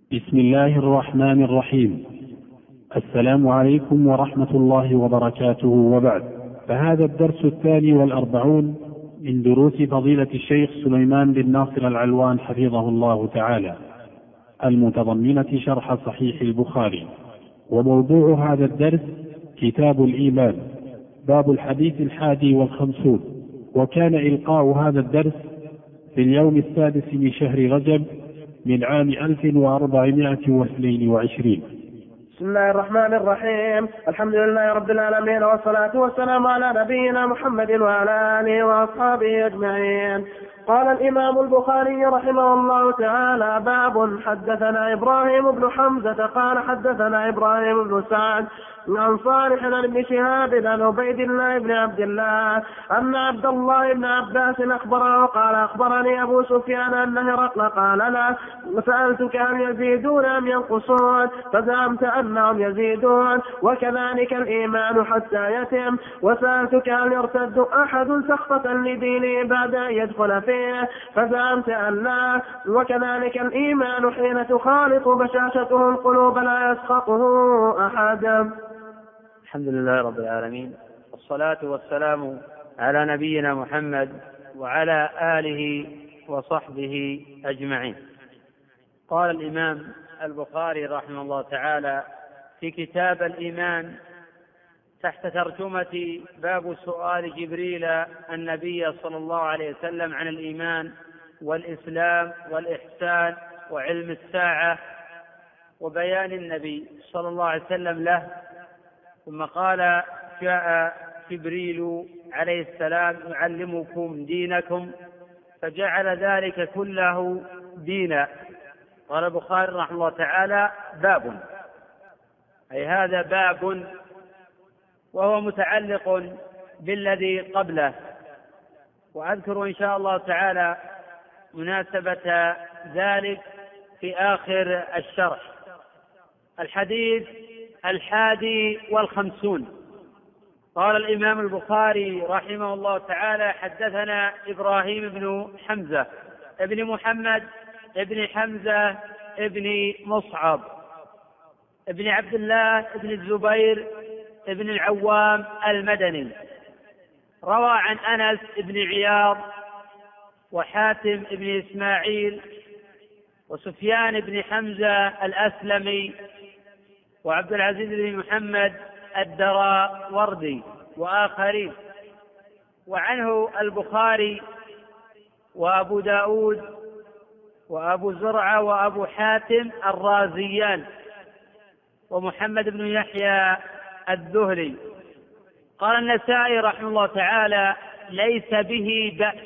بسم الله الرحمن الرحيم. السلام عليكم ورحمة الله وبركاته، وبعد، فهذا الدرس 42 من دروس فضيلة الشيخ سليمان بن ناصر العلوان حفظه الله تعالى، المتضمنة شرح صحيح البخاري. وموضوع هذا الدرس كتاب الإيمان، باب الحديث 51. وكان إلقاء هذا الدرس في اليوم 6 من شهر رجب من عام 1422. بسم الله الرحمن الرحيم. الحمد لله رب العالمين، والصلاة والسلام على نبينا محمد وعلى آله وأصحابه أجمعين. قال الإمام البخاري رحمه الله تعالى: باب حدثنا إبراهيم بن حمزة قال حدثنا إبراهيم بن سعد عن صالح عن ابن شهاب عن عبيد الله بن عبد الله أن عبد الله بن عباس أخبره قال: أخبرني أبو سفيان أن هرقل قال له: سألتك هل يزيدون أم ينقصون؟ فزعمت أنهم يزيدون، وكذلك الإيمان حتى يتم. وسألتك هل يرتد أحد سخطة لدينه بعد أن يدخل فيه؟ فزعمت أن لا، وكذلك الإيمان حين تخالط بشاشته القلوب لا يسخطه أحد. الحمد لله رب العالمين، والصلاة والسلام على نبينا محمد وعلى آله وصحبه أجمعين. قال الإمام البخاري رحمه الله تعالى في كتاب الإيمان تحت ترجمة باب سؤال جبريل النبي صلى الله عليه وسلم عن الإيمان والإسلام والإحسان وعلم الساعة وبيان النبي صلى الله عليه وسلم له. ثم قال: جاء جبريل عليه السلام يعلمكم دينكم، فجعل ذلك كله دينا. قال البخاري رحمه الله تعالى: باب، أي هذا باب، وهو متعلق بالذي قبله. وأذكر إن شاء الله تعالى مناسبة ذلك في آخر الشرح. الحديث 51. قال الإمام البخاري رحمه الله تعالى: حدثنا إبراهيم بن حمزة ابن محمد ابن حمزة ابن مصعب ابن عبد الله ابن الزبير ابن العوام المدني، روى عن أنس ابن عياض وحاتم ابن إسماعيل وسفيان ابن حمزة الأسلمي وعبد العزيز بن محمد الدراوردي وآخرين. وعنه البخاري وأبو داود وأبو زرعة وأبو حاتم الرازيان ومحمد بن يحيى الذهلي. قال النسائي رحمه الله تعالى: ليس به بأس.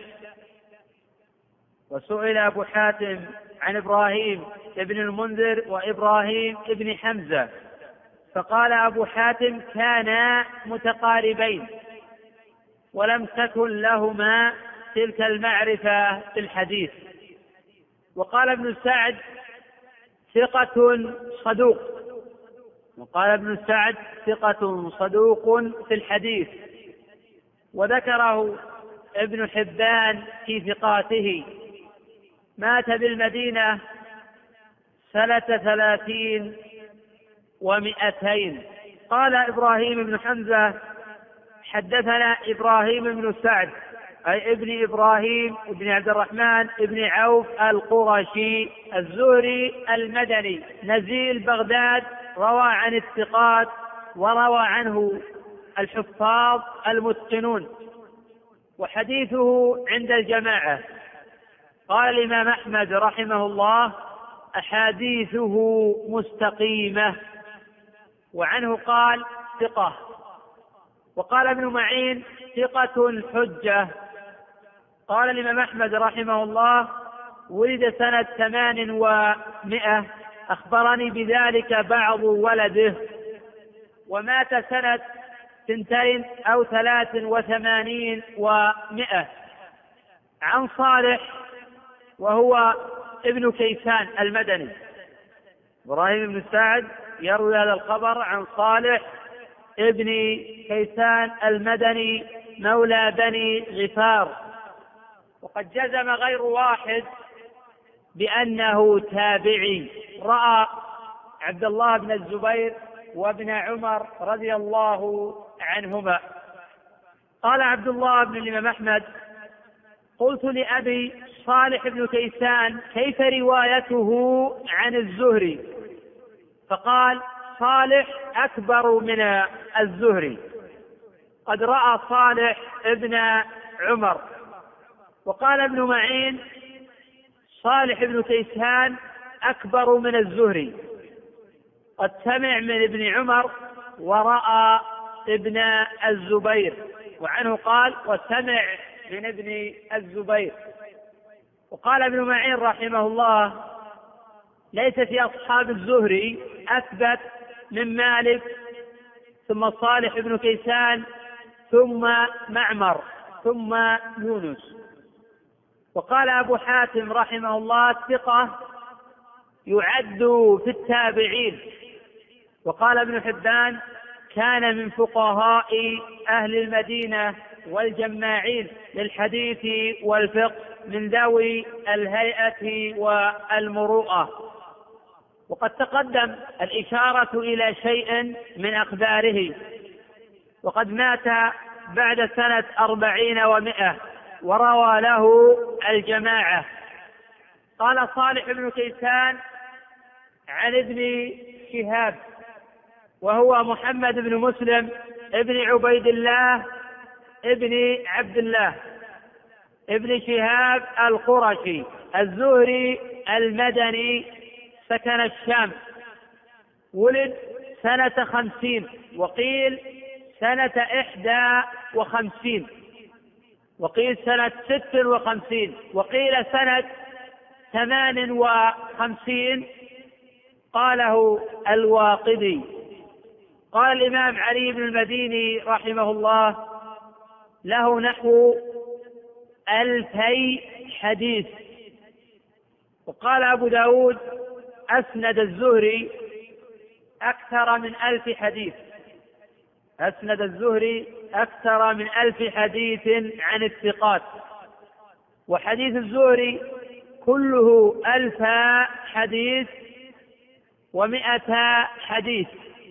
وسئل أبو حاتم عن إبراهيم ابن المنذر وإبراهيم ابن حمزة، فقال أبو حاتم: كانا متقاربين ولم تكن لهما تلك المعرفة في الحديث. وقال ابن سعد: ثقة صدوق. وقال ابن سعد: ثقة صدوق في الحديث. وذكره ابن حبان في ثقاته. مات بالمدينة سنة 30 و200. قال إبراهيم بن حمزة: حدثنا إبراهيم بن سعد، أي ابن إبراهيم ابن عبد الرحمن ابن عوف القرشي الزهري المدني نزيل بغداد، روى عن الثقات وروى عنه الحفاظ المتقنون، وحديثه عند الجماعة. قال الإمام أحمد رحمه الله: أحاديثه مستقيمة. وعنه قال: ثقة. وقال ابن معين: ثقة حجة. قال الإمام أحمد رحمه الله: ولد سنة 800، أخبرني بذلك بعض ولده. ومات سنة 2 أو 83 و100. عن صالح وهو ابن كيسان المدني. إبراهيم بن سعد يروي هذا الخبر عن صالح ابن كيسان المدني مولى بني غفار. وقد جزم غير واحد بأنه تابعي، رأى عبد الله بن الزبير وابن عمر رضي الله عنهما. قال عبد الله بن الإمام أحمد: قلت لأبي صالح بن كيسان: كيف روايته عن الزهري؟ فقال: صالح أكبر من الزهري، قد رأى صالح ابن عمر. وقال ابن معين: صالح بن كيسان أكبر من الزهري، قد سمع من ابن عمر ورأى ابن الزبير. وعنه قال: وسمع من ابن الزبير. وقال ابن معين رحمه الله: ليس في أصحاب الزهري أثبت من مالك، ثم صالح بن كيسان، ثم معمر، ثم يونس. وقال أبو حاتم رحمه الله: ثقة يعد في التابعين. وقال ابن حبان: كان من فقهاء أهل المدينة والجماعين للحديث والفقه، من ذوي الهيئة والمروءة. وقد تقدم الإشارة إلى شيء من أخباره. وقد مات بعد سنة 40 و100، وروى له الجماعة. قال صالح بن كيسان عن ابن شهاب، وهو محمد بن مسلم ابن عبيد الله ابن عبد الله ابن شهاب القرشي الزهري المدني، سكن الشام، ولد سنة 50، وقيل سنة 51، وقيل سنة 56، وقيل سنة 58. قاله الواقدي. قال الإمام علي بن المديني رحمه الله: له نحو 2000 حديث. وقال أبو داود: أسند الزهري أكثر من 1000 حديث. أسند الزهري أكثر من 1000 حديث عن الثقات. وحديث الزهري كله 1000 حديث و100 حديث،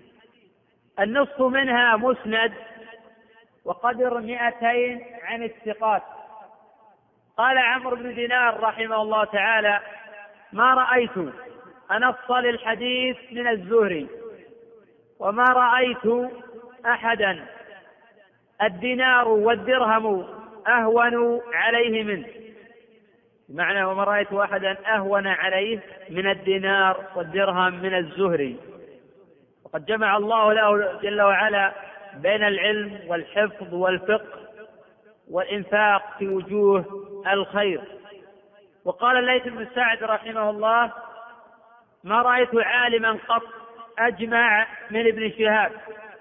النصف منها مسند، وقدر 200 عن الثقات. قال عمرو بن دينار رحمه الله تعالى: ما رأيت أنص للحديث من الزهري، وما رأيت أحدا الدينار والدرهم أهون عليه منه. بمعنى وما رأيت أحدا أهون عليه من الدينار والدرهم من الزهري. وقد جمع الله له جل وعلا بين العلم والحفظ والفقه والإنفاق في وجوه الخير. وقال الليث بن سعد رحمه الله: ما رأيت عالما قط أجمع من ابن شهاب،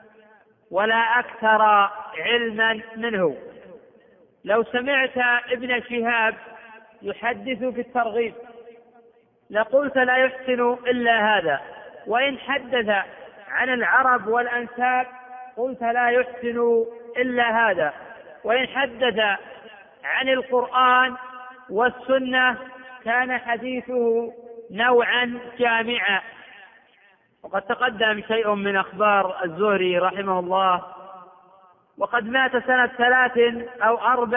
ولا أكثر علما منه. لو سمعت ابن شهاب يحدث في الترغيب لقلت لا يحسن إلا هذا، وإن حدث عن العرب والأنساب قلت لا يحسن إلا هذا، وإن حدث عن القرآن والسنة كان حديثه نوعا جامعا. وقد تقدم شيء من أخبار الزهري رحمه الله. وقد مات سنة 23 أو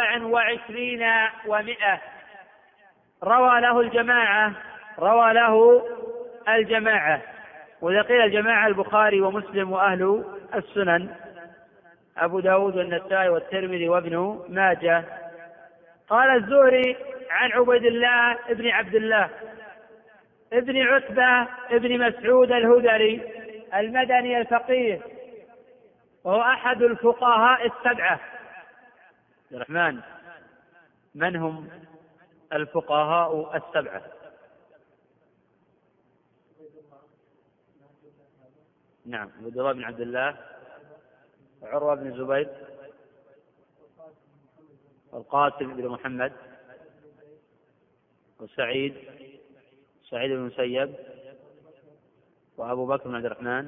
24 و100. روى له الجماعة. وإذا قيل الجماعة البخاري ومسلم وأهل السنن، أبو داود والنسائي والترمذي وابن ماجه. قال الزهري عن عبيد الله ابن عبد الله ابن عتبة ابن مسعود الهذلي المدني الفقيه، وهو أحد الفقهاء السبعة. الرحمن، من هم الفقهاء السبعة؟ نعم، عبد الله بن عبد الله، وعروة بن الزبير، والقاسم بن محمد، وسعيد بن المسيب، وأبو بكر بن عبد الرحمن،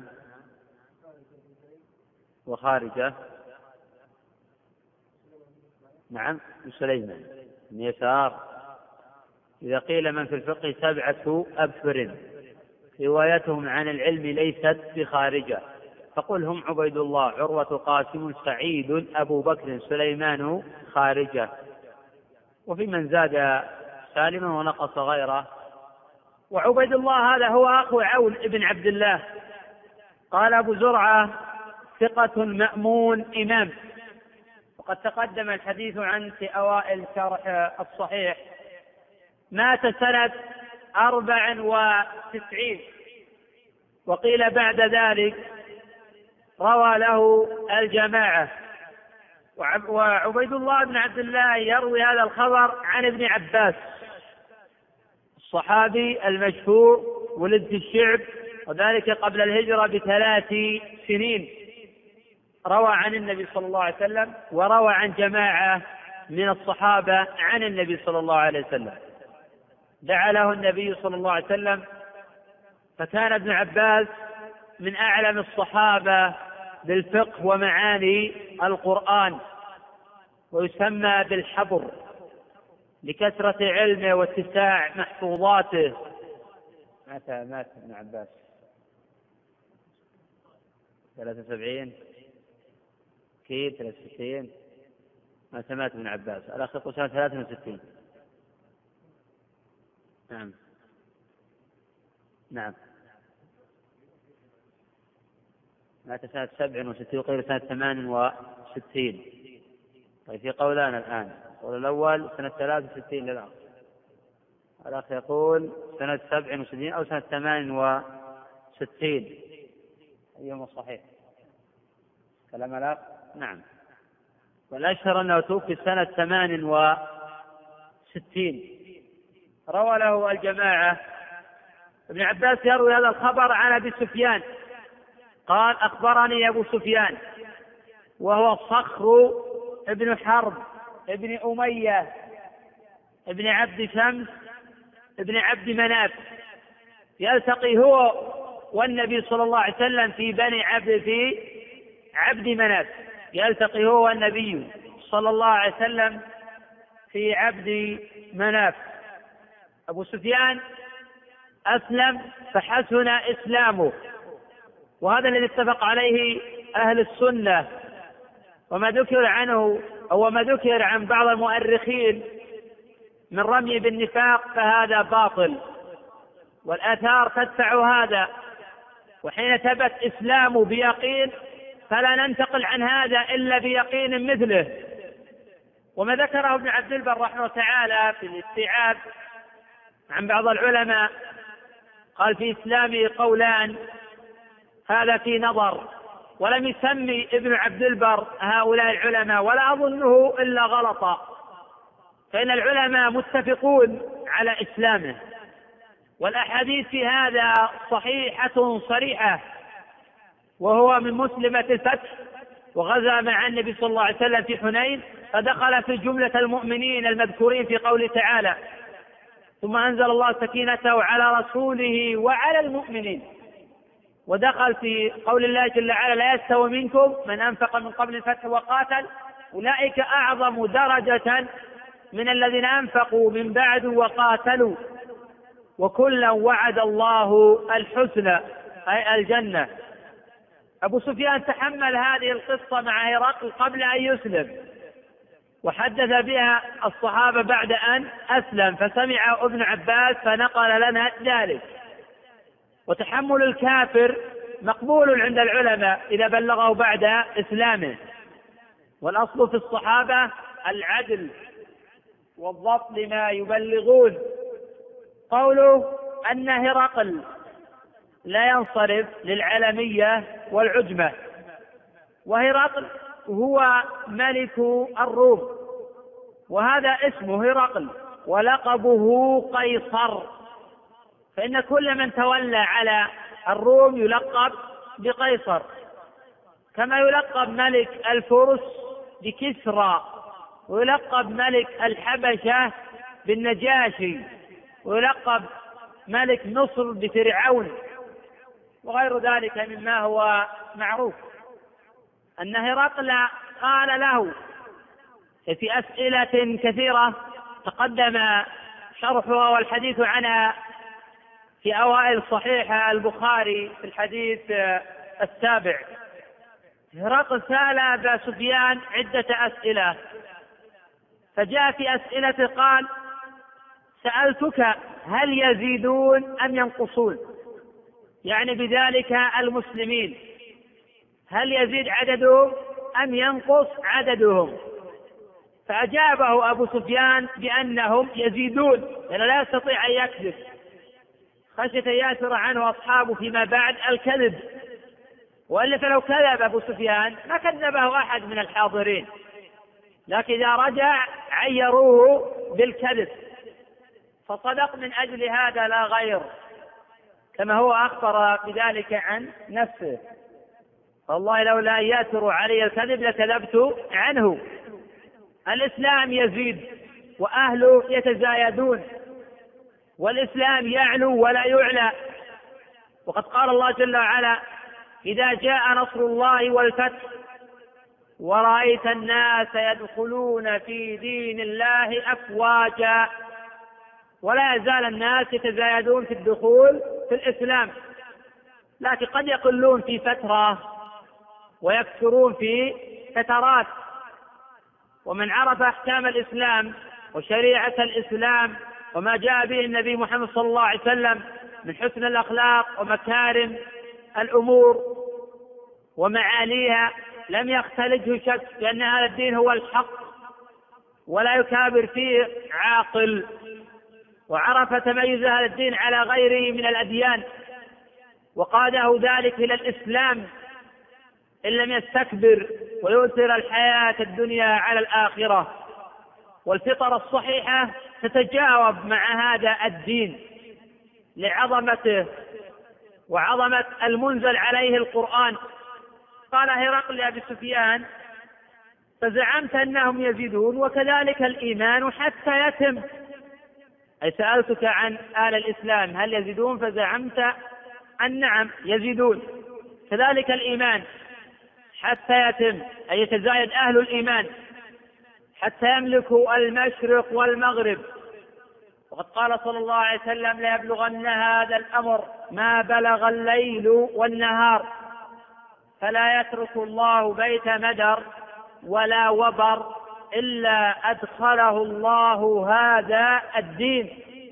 وخارجة، نعم، وسليمان بن يسار، إذا قيل من في الفقه 7 أبحر روايتهم عن العلم ليست بخارجة، فقل هم عبيد الله، عروة، قاسم، سعيد، أبو بكر، سليمان، خارجة. وفي من زاد سالما ونقص غيره. وعبيد الله هذا هو أخو عون ابن عبد الله. قال أبو زرعة ثقة مأمون إمام، وقد تقدم الحديث عنه في أوائل شرح الصحيح. مات سنة 94، وقيل بعد ذلك روى له الجماعة. وعبيد الله بن عبد الله يروي هذا الخبر عن ابن عباس الصحابي المشهور، ولد في الشعب، وذلك قبل الهجرة ب3 سنين. روى عن النبي صلى الله عليه وسلم، وروى عن جماعة من الصحابة عن النبي صلى الله عليه وسلم. دعا له النبي صلى الله عليه وسلم، فكان ابن عباس من أعلم الصحابة بالفقه ومعاني القرآن، ويسمى بالحبر لكثرة علمه واتساع محفوظاته. مات ابن عباس 73 أكيد 63. مات ابن عباس الأخ يقول سنة 63. نعم مات سنة 67 وقيل سنة 68. طيب في قولان الآن، القول الأول سنة 63 للأخ، الأخ يقول سنة 67 أو سنة 68. أيهما صحيح؟ كلام الأخ نعم، والأشهر أنه توفي سنة 68. روى له الجماعة. ابن عباس يروي هذا الخبر عن أبي سفيان قال أخبرني أبو سفيان، وهو صخر ابن حرب ابن أمية ابن عبد شمس ابن عبد مناف، يلتقي هو والنبي صلى الله عليه وسلم في عبد مناف، يلتقي هو والنبي صلى الله عليه وسلم في عبد مناف. أبو سفيان أسلم فحسن إسلامه، وهذا الذي اتفق عليه أهل السنة. وما ذكر عنه أو ما ذكر عن بعض المؤرخين من رمي بالنفاق فهذا باطل، والآثار تدفع هذا. وحين ثبت إسلامه بيقين فلا ننتقل عن هذا إلا بيقين مثله. وما ذكره ابن عبد البر رحمه تعالى في الاستيعاب عن بعض العلماء قال في إسلامه قولان، هذا في نظر، ولم يسمي ابن عبد البر هؤلاء العلماء، ولا أظنه إلا غلطا، فإن العلماء متفقون على إسلامه، والأحاديث في هذا صحيحة صريحة. وهو من مسلمة الفتح، وغزا مع النبي صلى الله عليه وسلم في حنين، فدخل في جملة المؤمنين المذكورين في قوله تعالى ثم أنزل الله سكينته على رسوله وعلى المؤمنين، ودخل في قول الله جل وعلا لا يستوي منكم من أنفق من قبل الفتح وقاتل أولئك أعظم درجة من الذين أنفقوا من بعد وقاتلوا وكلا وعد الله الحسنى أي الجنة. أبو سفيان تحمل هذه القصة مع هرقل قبل أن يسلم، وحدث بها الصحابة بعد أن أسلم، فسمع ابن عباس فنقل لنا ذلك. وتحمل الكافر مقبول عند العلماء إذا بلغه بعد إسلامه، والأصل في الصحابة العدل والضبط لما يبلغون. قوله أن هرقل لا ينصرف للعلمية والعجمة، وهرقل هو ملك الروم، وهذا اسمه هرقل، ولقبه قيصر، فإن كل من تولى على الروم يلقب بقيصر، كما يلقب ملك الفرس بكسرى، ويلقب ملك الحبشة بالنجاشي، ويلقب ملك مصر بفرعون، وغير ذلك مما هو معروف. أن هرقل قال له في أسئلة كثيرة تقدم شرحها والحديث عنها في أوائل صحيح البخاري في الحديث 7. هرقل سأل أبا سفيان عدة أسئلة، فجاء في أسئلة قال: سألتك هل يزيدون أم ينقصون؟ يعني بذلك المسلمين، هل يزيد عددهم أم ينقص عددهم؟ فأجابه أبو سفيان بأنهم يزيدون، لأنه لا يستطيع أن يكذب خشية أن يأثر عنه أصحابه فيما بعد الكذب، وإلا فلو كذب أبو سفيان ما كذبه أحد من الحاضرين، لكن إذا رجع عيروه بالكذب، فصدق من أجل هذا لا غير، كما هو أخبر بذلك عن نفسه: والله لولا أن يأثر علي الكذب لكذبت عنه. الإسلام يزيد وأهله يتزايدون، والإسلام يعلو ولا يعلى، وقد قال الله جل وعلا: إذا جاء نصر الله والفتح ورأيت الناس يدخلون في دين الله أفواجا. ولا يزال الناس يتزايدون في الدخول في الإسلام، لكن قد يقلون في فترة ويكثرون في فترات. ومن عرف أحكام الإسلام وشريعة الإسلام وما جاء به النبي محمد صلى الله عليه وسلم من حسن الأخلاق ومكارم الأمور ومعاليها لم يختلجه شك، لأن هذا الدين هو الحق ولا يكابر فيه عاقل، وعرف تميز هذا الدين على غيره من الأديان، وقاده ذلك إلى الإسلام إن لم يستكبر ويؤثر الحياة الدنيا على الآخرة. والفطرة الصحيحة تتجاوب مع هذا الدين لعظمته وعظمة المنزل عليه القرآن. قال هرقل لأبي سفيان: فزعمت أنهم يزيدون وكذلك الإيمان حتى يتم، أي سألتك عن آل الإسلام هل يزيدون، فزعمت أن نعم يزيدون، كذلك الإيمان حتى يتم، أي يتزايد أهل الإيمان حتى يملكوا المشرق والمغرب. وقد قال صلى الله عليه وسلم: ليبلغن هذا الأمر ما بلغ الليل والنهار، فلا يترك الله بيت مدر ولا وبر إلا أدخله الله هذا الدين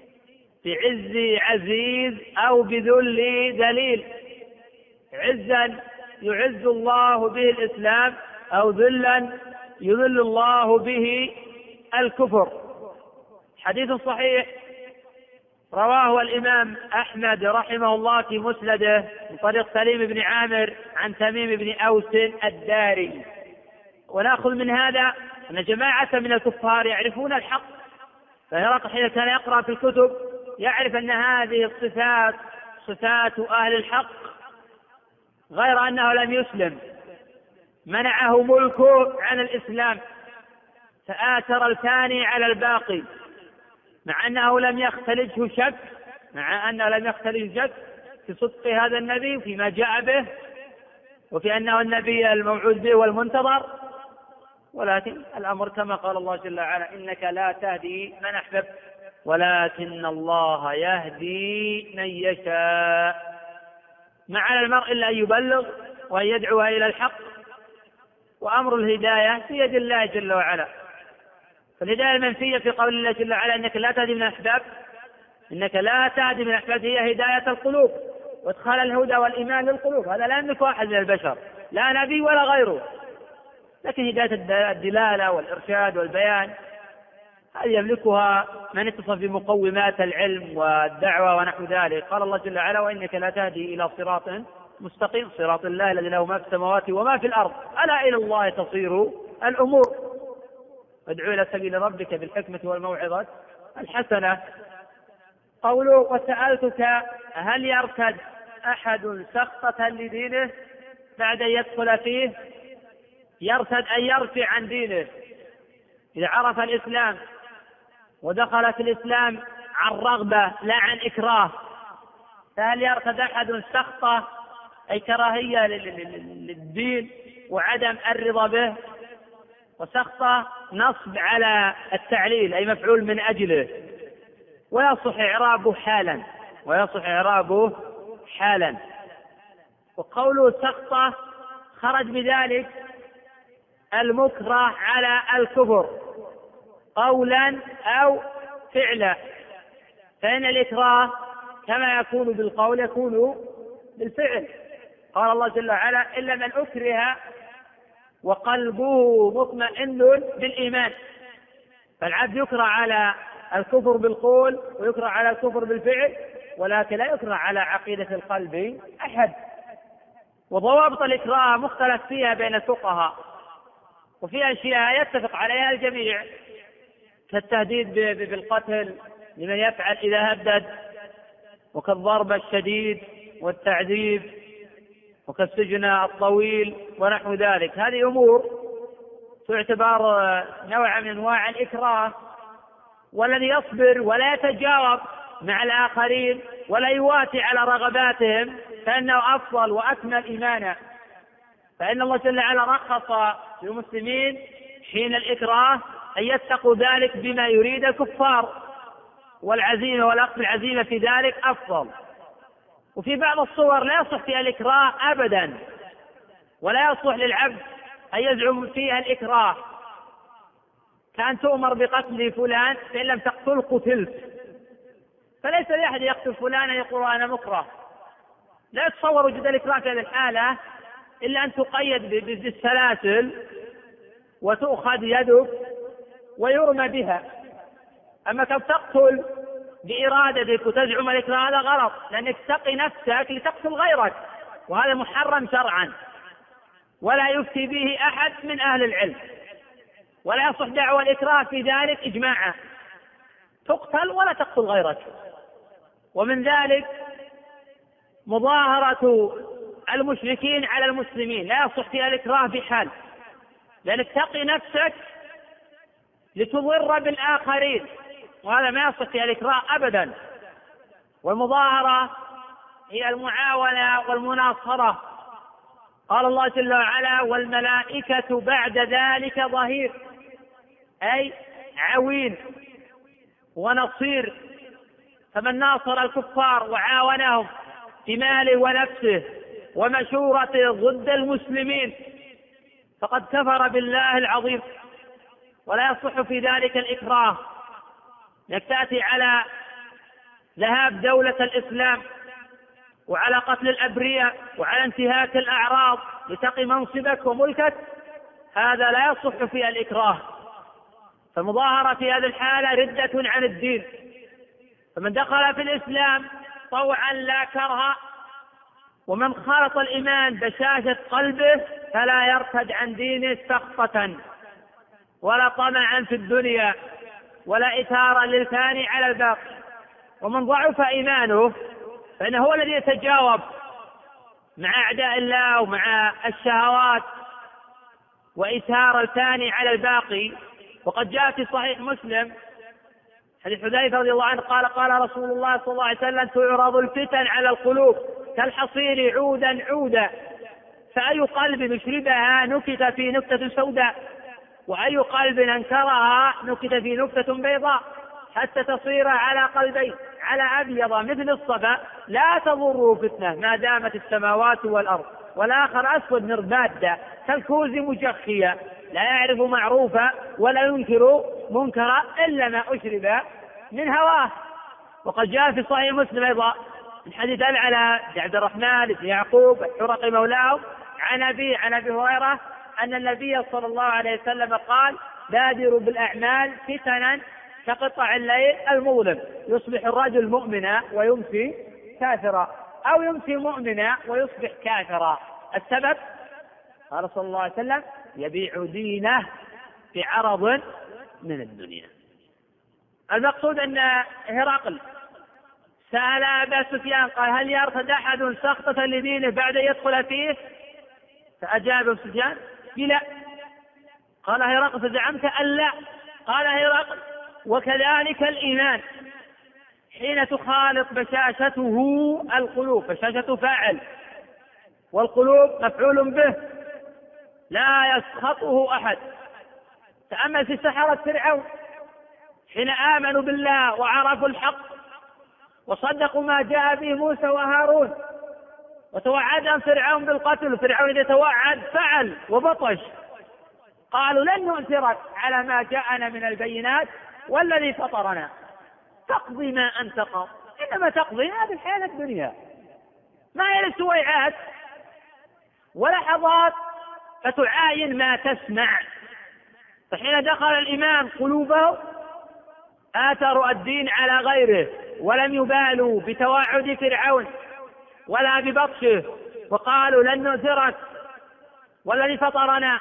بعز عزيز أو بذل ذليل، عزا يعز الله به الإسلام أو ذلا يذل الله به الكفر. حديث صحيح رواه الإمام أحمد رحمه الله في مسنده من طريق سليم بن عامر عن تميم بن أوس الداري. ونأخذ من هذا أن جماعة من الكفار يعرفون الحق، فهرقل حين كان يقرأ في الكتب يعرف أن هذه الصفات صفات أهل الحق، غير أنه لم يسلم، منعه ملكه عن الإسلام، فآثر الثاني على الباقي، مع أنه لم يختلجه شك، في صدق هذا النبي فيما جاء به وفي أنه النبي الموعود به والمنتظر، ولكن الأمر كما قال الله جل وعلا: إنك لا تهدي من أحببت ولكن الله يهدي من يشاء. ما على المرء إلا أن يبلغ وأن يدعو إلى الحق، وأمر الهداية في يد الله جل وعلا. فالهداية المنفية في قول الله جل وعلا: إنك لا تهدي من أحببت، إنك لا تهدي من أحببت هي هداية القلوب وادخال الهدى والإيمان للقلوب. هذا لا يملك أحد من البشر، لا نبي ولا غيره، لكن هداية الدلالة والإرشاد والبيان هذه يملكها من اتصف بمقومات العلم والدعوة ونحو ذلك. قال الله جل وعلا: وإنك لا تهدي إلى صراط مستقيم، صراط الله الذي له ما في السماوات وما في الأرض، ألا إلى الله تصير الأمور. ادعو إلى سبيل ربك بالحكمة والموعظة الحسنة. قوله: وسألتك هل يرتد أحد سخطة لدينه بعد أن يدخل فيه؟ يرتد أن يرفع عن دينه، إذا عرف الإسلام ودخل في الإسلام عن رغبة لا عن إكراه. فهل يرتد أحد سخطة أي كراهية للدين وعدم الرضا به، وسخطة نصب على التعليل أي مفعول من أجله، ويصح إعرابه حالا. وقوله سقطة خرج بذلك المكره على الكفر قولا أو فعلا، فإن الإكراه كما يكون بالقول يكون بالفعل. قال الله جل وعلا: إلا من أكره وقلبه مطمئن بالإيمان. فالعبد يكره على الكفر بالقول ويكره على الكفر بالفعل، ولكن لا يكره على عقيدة القلب أحد. وضوابط الإكراه مختلف فيها بين الفقهاء، وفي أشياء يتفق عليها الجميع كالتهديد بالقتل لمن يفعل إذا هدد، وكالضرب الشديد والتعذيب، وكالسجن الطويل ونحو ذلك. هذه أمور تعتبر نوع من أنواع الإكراه، والذي يصبر ولا يتجاوب مع الآخرين ولا يواتي على رغباتهم فإنه أفضل وأكمل إيمانا. فإن الله جل وعلا رخص للمسلمين حين الإكراه أن يتقوا ذلك بما يريد الكفار، والعزيمة والأخذ العزيمة في ذلك أفضل. وفي بعض الصور لا يصح فيها الإكراه أبدا، ولا يصح للعبد أن يزعم فيها الإكراه، كأن تؤمر بقتل فلان فإن لم تقتل قتلت، فليس لأحد يقتل فلانا يقول أنا مكره. لا يتصور وجود الإكراه في هذه الحالة إلا أن تقيد بالسلاسل وتؤخذ يدك ويرمى بها. أما كيف تقتل بإرادتك وتزعم الإكراه هذا غلط، لأنك تقي نفسك لتقتل غيرك، وهذا محرم شرعا ولا يفتي به أحد من أهل العلم، ولا يصح دعوى الإكراه في ذلك إجماعا، تقتل ولا تقتل غيرك. ومن ذلك مظاهرة المشركين على المسلمين، لا يصح فيها الإكراه بحال، لأنك تقي نفسك لتضر بالآخرين، وهذا ما يصح فيها الإكراه أبدا. والمظاهرة هي المعاونة والمناصرة. قال الله جل وعلا: والملائكة بعد ذلك ظهير، أي عوين ونصير. فمن ناصر الكفار وعاونهم بماله ونفسه ومشورته ضد المسلمين فقد كفر بالله العظيم. ولا يصح في ذلك الإكراه، انك تأتي على ذهاب دولة الإسلام وعلى قتل الأبرياء وعلى انتهاك الأعراض لتقي منصبك وملكك، هذا لا يصح فيه الإكراه. فالمظاهرة في هذه الحالة ردة عن الدين. فمن دخل في الإسلام طوعا لا كرها، ومن خالط الإيمان بشاشة قلبه فلا يرتد عن دينه سخطة ولا طمعا في الدنيا ولا إثارا للثاني على الباقي. ومن ضعف إيمانه فإنه هو الذي يتجاوب مع أعداء الله ومع الشهوات وإثار الثاني على الباقي. وقد جاء في صحيح مسلم حديث حذيفة رضي الله عنه قال: قال رسول الله صلى الله عليه وسلم: تعرض الفتن على القلوب كالحصير عودا عودا، فأي قلب نشربها نكت في نكتة سوداء، وأي قلب أنكرها نكت في نكتة بيضاء، حتى تصير على قلبين، على أبيض مثل الصفا لا تضر فتنة ما دامت السماوات والأرض، والآخر أسود مربادا كالكوز مجخيا لا يعرف معروفا ولا ينكر منكرا إلا ما أشرب من هواه. وقد جاء في صحيح مسلم أيضا من حديث العلاء بن عبد الرحمن بن يعقوب الحرقي مولاه عن أبي هريرة أن النبي صلى الله عليه وسلم قال: بادروا بالأعمال فتنا كقطع الليل المظلم، يصبح الرجل مؤمنا ويمسي كافرا، أو يمسي مؤمنا ويصبح كافرا. السبب قال صلى الله عليه وسلم: يبيع دينه بعرض من الدنيا. المقصود أن هرقل سأل أبا سفيان قال: هل يرتد أحد سخطة لدينه بعد يدخل فيه؟ فأجاب أبو سفيان: لا. قال هرقل: فزعمت أن لا؟ قال هرقل: وكذلك الإيمان حين تخالط بشاشته القلوب، بشاشة فاعل والقلوب مفعول به لا يسخطه أحد. تأمل في سحرة فرعون حين آمنوا بالله وعرفوا الحق وصدقوا ما جاء به موسى وهارون، وتوعدهم فرعون بالقتل، فرعون إذا توعد فعل وبطش، قالوا لن نؤثرك على ما جاءنا من البينات والذي فطرنا تقضي ما أنت قاض، إنما تقضي هذه الحياة الدنيا، ما هي السويعات ولحظات فتعاين ما تسمع. فحين دخل الإيمان قلوبه آثروا الدين على غيره، ولم يبالوا بتوعد فرعون ولا ببطشه، وقالوا لن نؤثرك والذي فطرنا.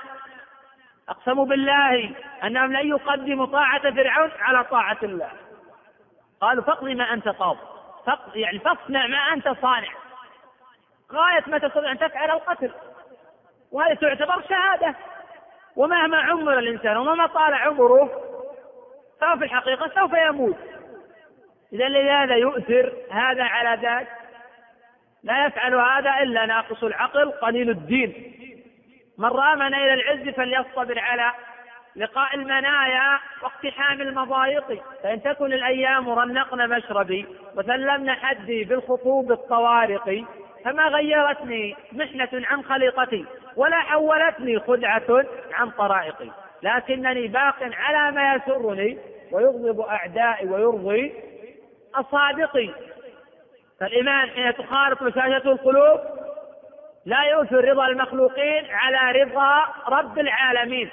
أقسموا بالله أنهم لن يقدموا طاعة فرعون على طاعة الله. قالوا فاقض ما أنت قاض، يعني فاصنع ما أنت صانع، غاية ما تستطيع أن تفعل القتل، وهذه تعتبر شهادة. ومهما عمر الإنسان ومهما طال عمره فهو في الحقيقة سوف يموت. إذا لهذا يؤثر هذا على ذاك؟ لا يفعل هذا إلا ناقص العقل قليل الدين. من رامنا إلى العز فليصطبر على لقاء المنايا واقتحام المضايق، فإن تكن الأيام رنقنا مشربي وسلمنا حدي بالخطوب الطوارق، فما غيرتني محنة عن خليقتي ولا حولتني خدعة عن طرائقي، لكنني باق على ما يسرني ويغضب أعدائي ويرضي أصادقي. فالإيمان حين تخالط بشاشة القلوب لا يؤثر رضا المخلوقين على رضا رب العالمين.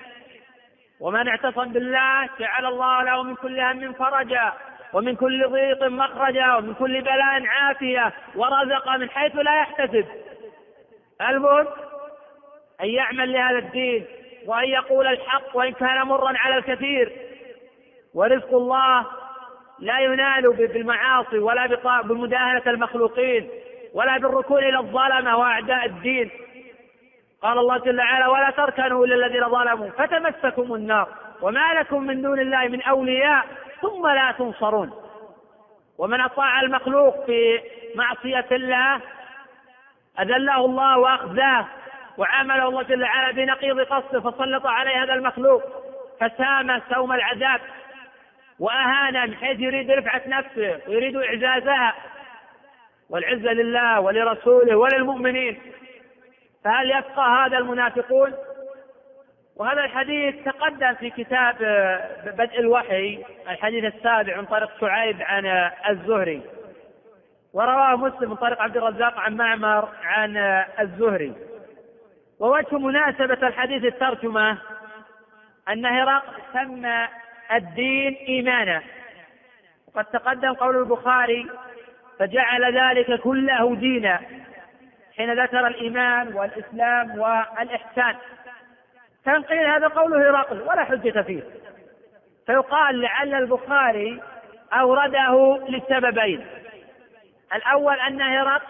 ومن اعتصم بالله جعل الله له من كل هم فرجا ومن كل ضيق مخرجا ومن كل بلاء عافية ورزق من حيث لا يحتسب. المهم أن يعمل لهذا الدين وأن يقول الحق وإن كان مرا على الكثير. ورزق الله لا ينال بالمعاصي ولا بمداهنة المخلوقين ولا بالركون إلى الظلمة وأعداء الدين. قال الله جل وعلا ولا تركنوا إلى الذين ظلموا فتمسكم النار وما لكم من دون الله من أولياء ثم لا تنصرون. ومن أطاع المخلوق في معصية الله أذله الله وأخزاه وعامله الله جل وعلا بنقيض قصده، فسلط عليه هذا المخلوق فسام سوم العذاب وأهانه من حيث يريد رفعة نفسه ويريد إعزازها، والعزة لله ولرسوله وللمؤمنين. فهل يبقى هذا المنافقون؟ وهذا الحديث تقدم في كتاب بدء الوحي، الحديث السابع من طريق شعيب عن الزهري، ورواه مسلم من طريق عبد الرزاق عن معمر عن الزهري. ووجه مناسبة الحديث الترجمة أن هرقل سمى الدين إيمانا، وقد تقدم قول البخاري فجعل ذلك كله دينا حين ذكر الإيمان والإسلام والإحسان. تنقيل هذا قوله هرقل ولا حجة فيه، فيقال لعل البخاري أورده لسببين: الأول أن هرقل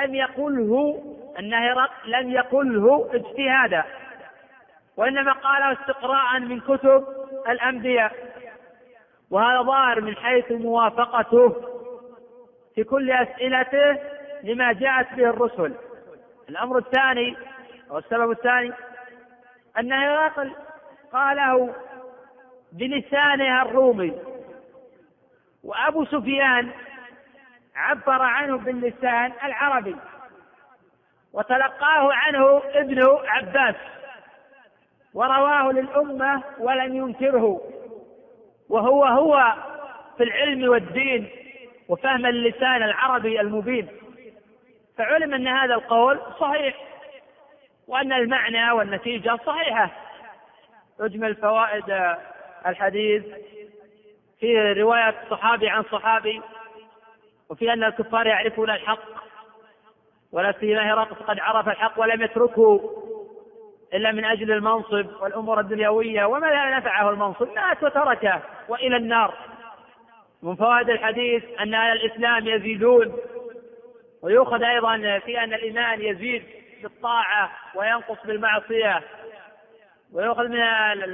لم يقله اجتهادا، وإنما قاله استقراء من كتب الأنبياء، وهذا ظاهر من حيث موافقته في كل أسئلته لما جاءت به الرسل. الأمر الثاني أو السبب الثاني أن هرقل قاله بلسانها الرومي، وأبو سفيان عبر عنه باللسان العربي، وتلقاه عنه ابن عباس ورواه للأمة ولم ينكره، وهو في العلم والدين وفهم اللسان العربي المبين، فعلم أن هذا القول صحيح وأن المعنى والنتيجة صحيحة. أجمل فوائد الحديث في رواية صحابي عن صحابي، وفي أن الكفار يعرفون الحق، ولا سيما هرقل قد عرف الحق ولم يتركه إلا من أجل المنصب والأمور الدنيوية، وما لا نفعه المنصب مات وتركه وإلى النار. من فوائد الحديث أن أهل الإسلام يزيدون، ويؤخذ أيضا في أن الإيمان يزيد بالطاعة وينقص بالمعصية، ويؤخذ من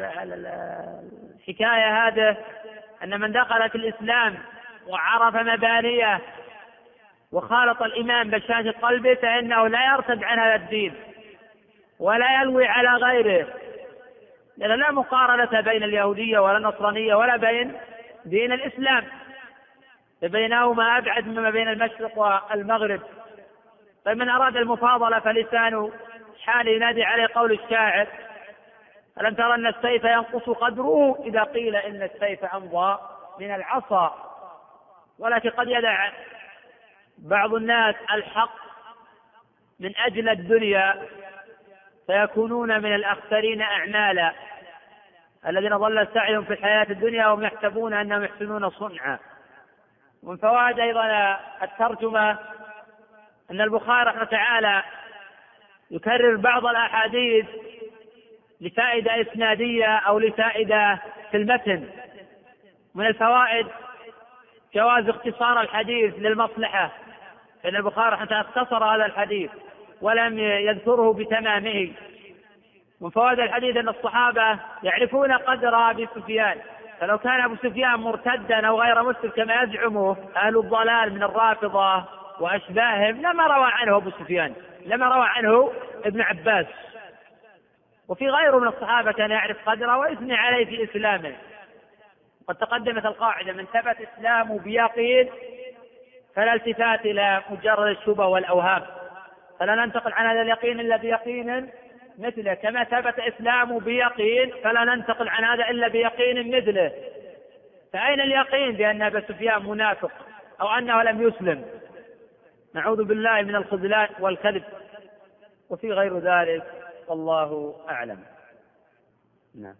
الحكاية هذا أن من دخل في الإسلام وعرف مبانيه وخالط الإيمان بشاشة قلبه فإنه لا يرتد عن هذا الدين ولا يلوي على غيره، لأن لا مقارنة بين اليهودية ولا النصرانية ولا بين دين الإسلام، فبينهما أبعد مما بين المشرق والمغرب. فمن أراد المفاضلة فلسان حال ينادي عليه قول الشاعر: ألم ترى أن السيف ينقص قدره إذا قيل إن السيف أمضى من العصا. ولكن قد يدع بعض الناس الحق من أجل الدنيا فيكونون من الأخسرين أعمالا، الذين ضل سعيهم في الحياة الدنيا وهم يحسبون أنهم يحسنون صنعا. ومن فوائد أيضا الترجمة أن البخاري رحمه تعالى يكرر بعض الأحاديث لفائدة إسنادية أو لفائدة في المتن. من الفوائد جواز اختصار الحديث للمصلحة، فإن البخاري رحمه تعالى اختصر هذا الحديث ولم يذكره بتمامه. من فوائد الحديث أن الصحابة يعرفون قدر أبي سفيان، فلو كان أبو سفيان مرتدا أو غير مسلم كما يزعمه أهل الضلال من الرافضة وأشباههم لما روى عنه أبو سفيان، لما روى عنه ابن عباس. وفي غيره من الصحابة كان يعرف قدره ويثني عليه في إسلامه. قد تقدمت القاعدة: من ثبت إسلامه بيقين فلا التفات إلى مجرد الشبه والأوهام، فلا ننتقل عن هذا اليقين إلا بيقين مثله، كما ثبت إسلامه بيقين فلا ننتقل عن هذا إلا بيقين مثله. فأين اليقين بأن أبا سفيان منافق أو أنه لم يسلم؟ نعوذ بالله من الخذلان والكذب وفي غير ذلك، والله أعلم. نعم.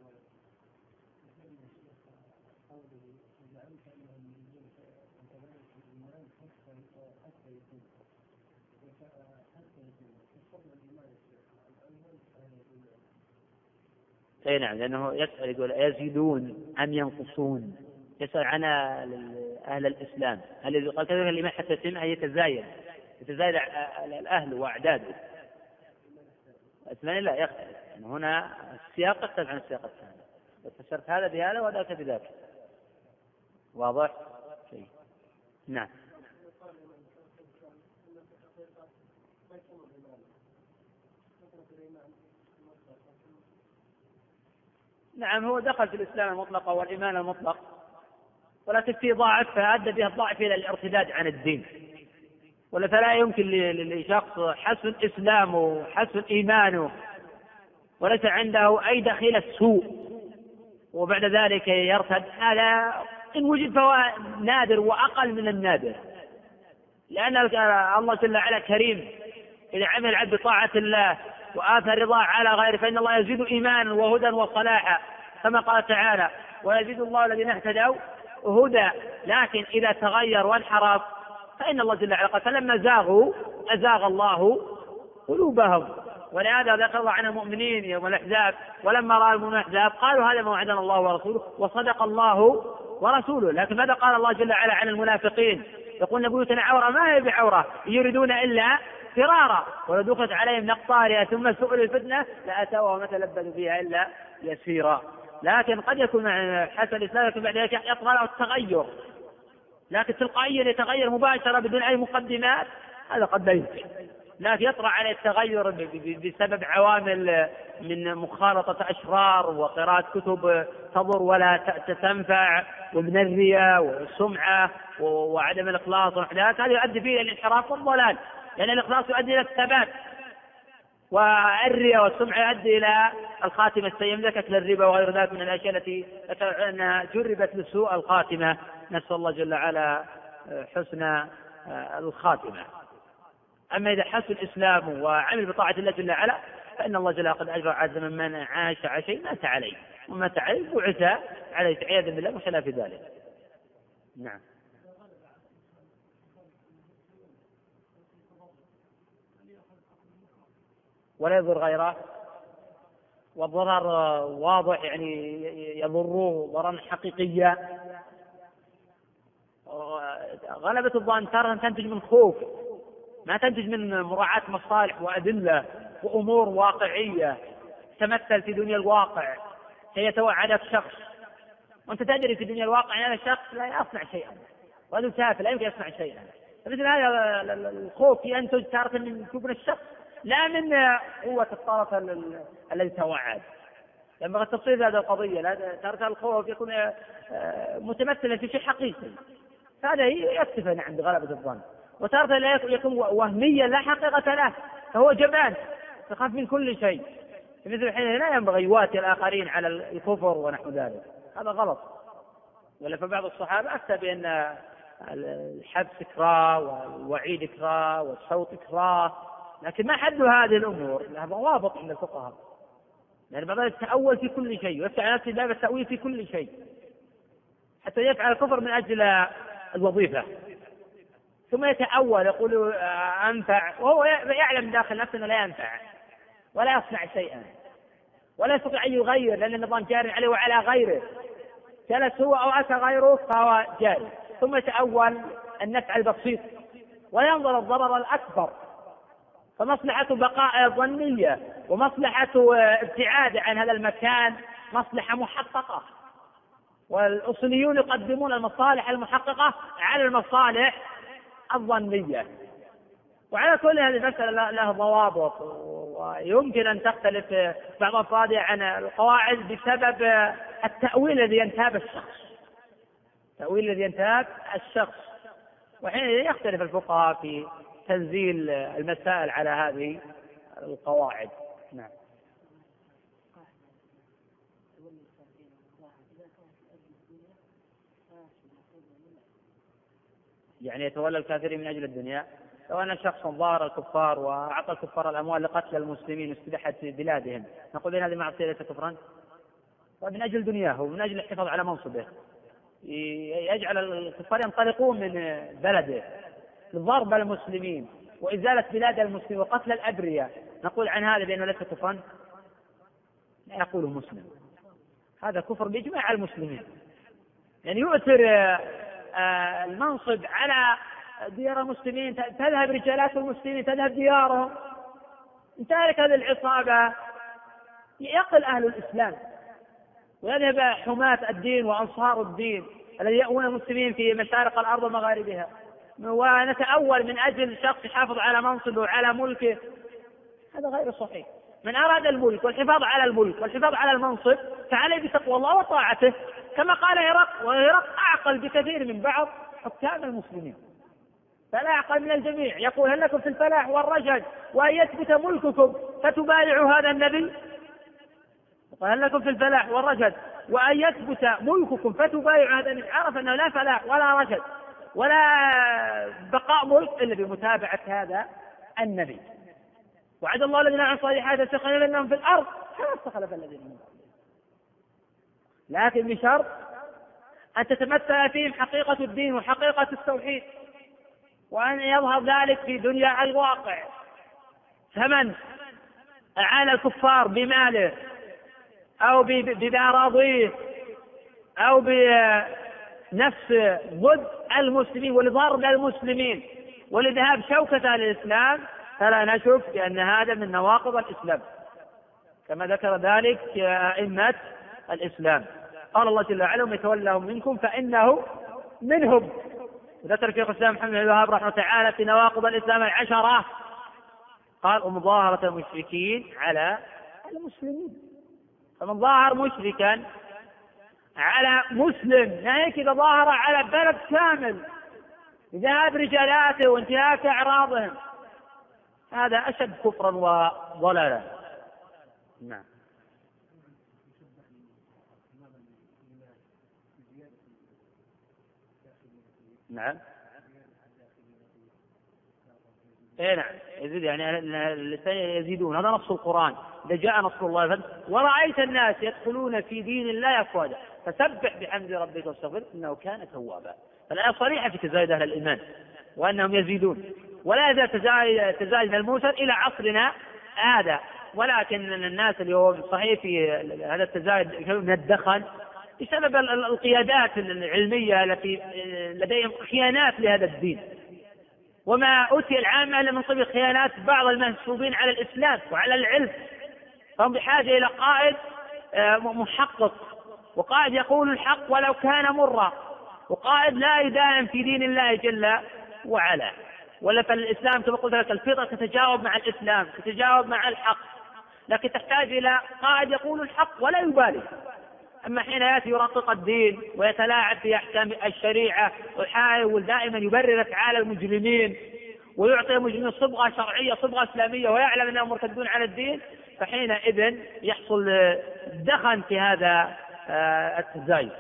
اي نعم، لأنه يسأل يقول يزيدون أم ينقصون، يسأل عن أهل الإسلام هل قال كذلك الإمام حتى يتم أن يتزايد الأهل وأعداده. الإسلام لا يختلف، هنا السياق يختلف عن السياق الثاني، فسرت هذا بهذا وذاك بذاك. واضح؟ شيء. نعم. نعم، هو دخل في الإسلام المطلق والإيمان المطلق، ولكن في ضعف فأدى به الضعف إلى الارتداد عن الدين. فلا يمكن لشخص حسن إسلامه حسن إيمانه وليس عنده أي دخيل السوء وبعد ذلك يرتد، هذا إن وجد فهو نادر وأقل من النادر، لأن الله جل وعلا كريم. إذا عمل العبد بطاعة الله وآثر رضاه على غيره فإن الله يزيد إيمانا وهدى وصلاحا، كما قال تعالى: ويزيد الله الذين اهتدوا هدى. لكن إذا تغير وانحرف فإن الله جل وعلا قال: فلما زاغوا أزاغ الله قلوبهم. ولهذا ذكر الله عن المؤمنين يوم الأحزاب: ولما رأى المؤمنون الأحزاب قالوا هذا ما وعدنا الله ورسوله وصدق الله ورسوله. لكن ماذا قال الله جل وعلا عن المنافقين؟ يقولون بيوتنا عورة ما هي بعورة يريدون إلا فرارا، ولو دخلت عليهم نقطارها ثم سئلوا الفتنة لأتوها وما تلبثوا فيها إلا يسيرا. لكن قد يكون حسن الإسلام لكن بعد ذلك يطغى له التغير، لكن تلقائيا يتغير مباشرة بدون أي مقدمات هذا قد لا يمكن. لكن يطرأ عليه التغير بسبب عوامل من مخالطة أشرار وقراءة كتب تضر ولا تنفع ومن الرياء والسمعة وعدم الإخلاص والحداث، هذا يؤدي فيه إلى الانحراف والضلال، لأن الإخلاص يؤدي إلى الثبات والرياء والسمعة يؤدي إلى الخاتمة السيئة، ذكرت للربا وغير ذلك من الأشياء التي أنها جربت لسوء الخاتمة، نسأل الله جل وعلا حسن الخاتمة. أما إذا حسن الإسلام وعمل بطاعة الله جل وعلا فإن الله جل وعلا قد أجر عز من عاش عشي مات عليه ومات عليه بعث عليه عياذا بالله وخلاف ذلك. نعم. ولا يضر غيره، والضرر واضح يعني يضره ضررا حقيقيا. غلبة الظن ترى تنتج من خوف، ما تنتج من مراعاة مصالح وأدلة وأمور واقعية تمثل في دنيا الواقع. سيتوعدك شخص وأنت تدري في دنيا الواقع أن هذا الشخص لا يصنع شيئا وهذا سافل لا يمكن يصنع شيئا. فمثل هذا الخوف ينتج تارة من جبن الشخص لا من قوة الطرف الذي توعد. ينبغي التفصيل هذه القضية، لا ترك الخوف يكون متمثلا في شيء حقيقي، هذا يكتفي نعم بغلبة الظن. وتارة لا يكون وهميا لا حقيقة له، فهو جبان يخاف من كل شيء، مثل الحين لا ينبغي يواتي الآخرين على الكفر ونحو ذلك، هذا غلط. ولا فبعض الصحابة أفتى بأن الحبس إكراه والوعيد إكراه والصوت إكراه، لكن ما حد هذه الأمور لها ضوابط عند الفقهاء، لأن بعضهم يتأول في كل شيء ويفتح على نفسه باب التأويل في كل شيء، حتى يفعل الكفر من أجل الوظيفة، ثم يتأول يقول أنفع، وهو يعلم داخل نفسه أنه لا ينفع ولا يصنع شيئا ولا يستطيع أن يغير، لأن النظام جاري عليه وعلى غيره، جلس هو أو أتى غيره فهو جاري، ثم يتأول النفع البسيط ولا ينظر الضرر الأكبر، فمصلحة بقاء ظنية ومصلحة ابتعاد عن هذا المكان مصلحة محققة، والأصوليون يقدمون المصالح المحققة على المصالح الظنية. وعلى كل هذه المسألة لها ضوابط، ويمكن أن تختلف بعض أفرادها عن القواعد بسبب التأويل الذي ينتاب الشخص، التأويل الذي ينتاب الشخص، وحين يختلف الفقهاء في تنزيل المسائل على هذه القواعد. نعم. يعني يتولى الكافرين من أجل الدنيا، لو أن شخصا ظاهر الكفار وأعطى الكفار الأموال لقتل المسلمين واستباحة بلادهم، نقول إن هذه معصية ليس كفرا؟ ومن أجل دنياه ومن أجل الحفاظ على منصبه يجعل الكفار ينطلقون من بلده لضرب المسلمين وإزالة بلاد المسلمين وقتل الأبرياء، نقول عن هذا بأنه ليس كفرا؟ لا يقوله مسلم، هذا كفر بإجماع المسلمين، يعني يؤثر المنصب على ديار المسلمين، تذهب رجالات المسلمين، تذهب ديارهم، انتهك هذه العصابة يقل أهل الإسلام ويذهب حماة الدين وأنصار الدين الذي يأوون المسلمين في مشارق الأرض ومغاربها، ونتأول من أجل شخص يحافظ على منصبه وعلى ملكه، هذا غير صحيح. من أراد الملك والحفاظ على الملك والحفاظ على المنصب فعليه بتقوى الله وطاعته، كما قال هرقل، وهرقل أعقل بكثير من بعض حكام المسلمين، فلا أعقل من الجميع، يقول هل لكم في الفلاح والرشد وأن يثبت ملككم فتبايعوا هذا النبي؟ هل لكم في الفلاح والرشد وأن يثبت ملككم فتبايعوا هذا النبي؟ عرف أنه لا فلاح ولا رشد ولا بقاء ملك إلا بمتابعة هذا النبي. وعد الله الذين عملوا الصالحات يستخلفنهم في الأرض كما استخلف الذين من قبلهم، لكن بشرط أن تتمثل فيهم حقيقة الدين وحقيقة التوحيد، وأن يظهر ذلك في دنيا الواقع. فمن أعان الكفار بماله أو بأراضيه أو بنفس ضد المسلمين ولضرب المسلمين ولذهاب شوكة الإسلام، فلا نشك بأن هذا من نواقض الإسلام كما ذكر ذلك أئمة الإسلام. قال الله جل وعلا ومن يتولهم منكم فإنه منهم. وذكر شيخ الإسلام محمد بن الوهاب رحمه تعالى في نواقض الإسلام 10 قال ومظاهرة المشركين على المسلمين، فمن ظاهر مشركا على مسلم ناهيك إذا ظاهر على بلد كامل بذهاب رجالاته وانتهاك أعراضهم، هذا أشد كفرا وضلالا. نعم. نعم. اي نعم يزيد، يعني يزيدون، هذا نص القرآن، إذا جاء نصر الله ورأيت الناس يدخلون في دين الله أفواجا فسبح بحمد ربك واستغفر إنه كان توابا. فالآية صريحة في تزايد أهل الإيمان وأنهم يزيدون، ولا يزال تزايد الموسى إلى عصرنا هذا، ولكن الناس اليوم صحيح في هذا التزايد من الدخل بسبب القيادات العلمية التي لديهم خيانات لهذا الدين، وما أتي العامة إلا من قبل خيانات بعض المنسوبين على الإسلام وعلى العلم، فهم بحاجة إلى قائد محقق، وقائد يقول الحق ولو كان مرا، وقائد لا يدائم في دين الله جل وعلا. ولا فالإسلام كما قلت لك الفطرة تتجاوب مع الإسلام، تتجاوب مع الحق، لكن تحتاج إلى قائد يقول الحق ولا يبالي. أما حين يأتي يرقق الدين ويتلاعب في أحكام الشريعة ويحاول دائما يبرر أفعال المجرمين ويعطي المجرمين صبغة شرعية صبغة إسلامية ويعلم أنهم مرتدون على الدين، فحينئذ يحصل دخن في هذا التزايد.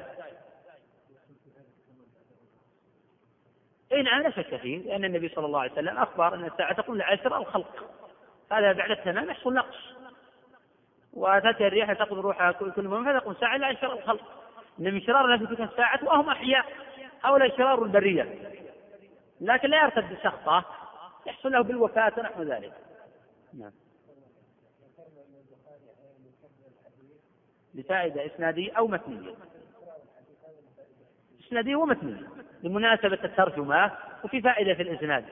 نعم لا شك فيه، لأن النبي صلى الله عليه وسلم أخبر أن الساعة تقوم لعشر الخلق، هذا بعد التمام يحصل نقص، وتأتي الريح تقضي روحها كل يوم فتقوم ساعة إلى عشر الخلق. إن من شرار الناس تلك الساعة وهم أحياء، هؤلاء شرار البرية، لكن لا يرتد سخطه يحصل له بالوفاة ونحو ذلك. نعم. لفائدة إسنادية أو متنية، إسنادية ومتنية لمناسبة الترجمة، وفي فائدة في الإسناد.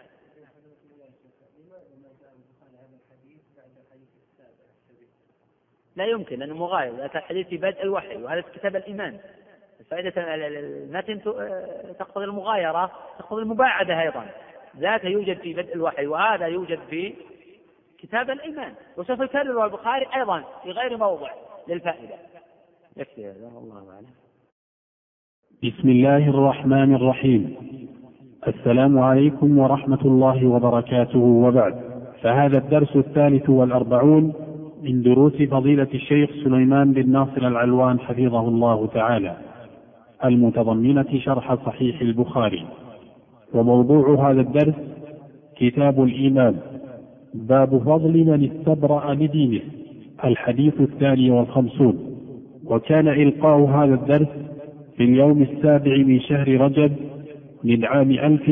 لا يمكن لأنه مغاير، لكن الحديث في بدء الوحي وهذا في كتاب الإيمان. فائدة المتن تقتضي المغايرة، تقتضي المباعدة أيضا، ذاك يوجد في بدء الوحي وهذا يوجد في كتاب الإيمان، وسوف يكرر البخاري أيضا في غير موضع للفائدة. يكفي هذا والله أعلم. بسم الله الرحمن الرحيم. السلام عليكم ورحمة الله وبركاته، وبعد، فهذا الدرس 43 من دروس فضيلة الشيخ سليمان بن ناصر العلوان حفظه الله تعالى، المتضمنة شرح صحيح البخاري. وموضوع هذا الدرس كتاب الإيمان، باب فضل من استبرأ لدينه، الحديث 52. وكان إلقاء هذا الدرس في اليوم 7 من شهر رجب من عام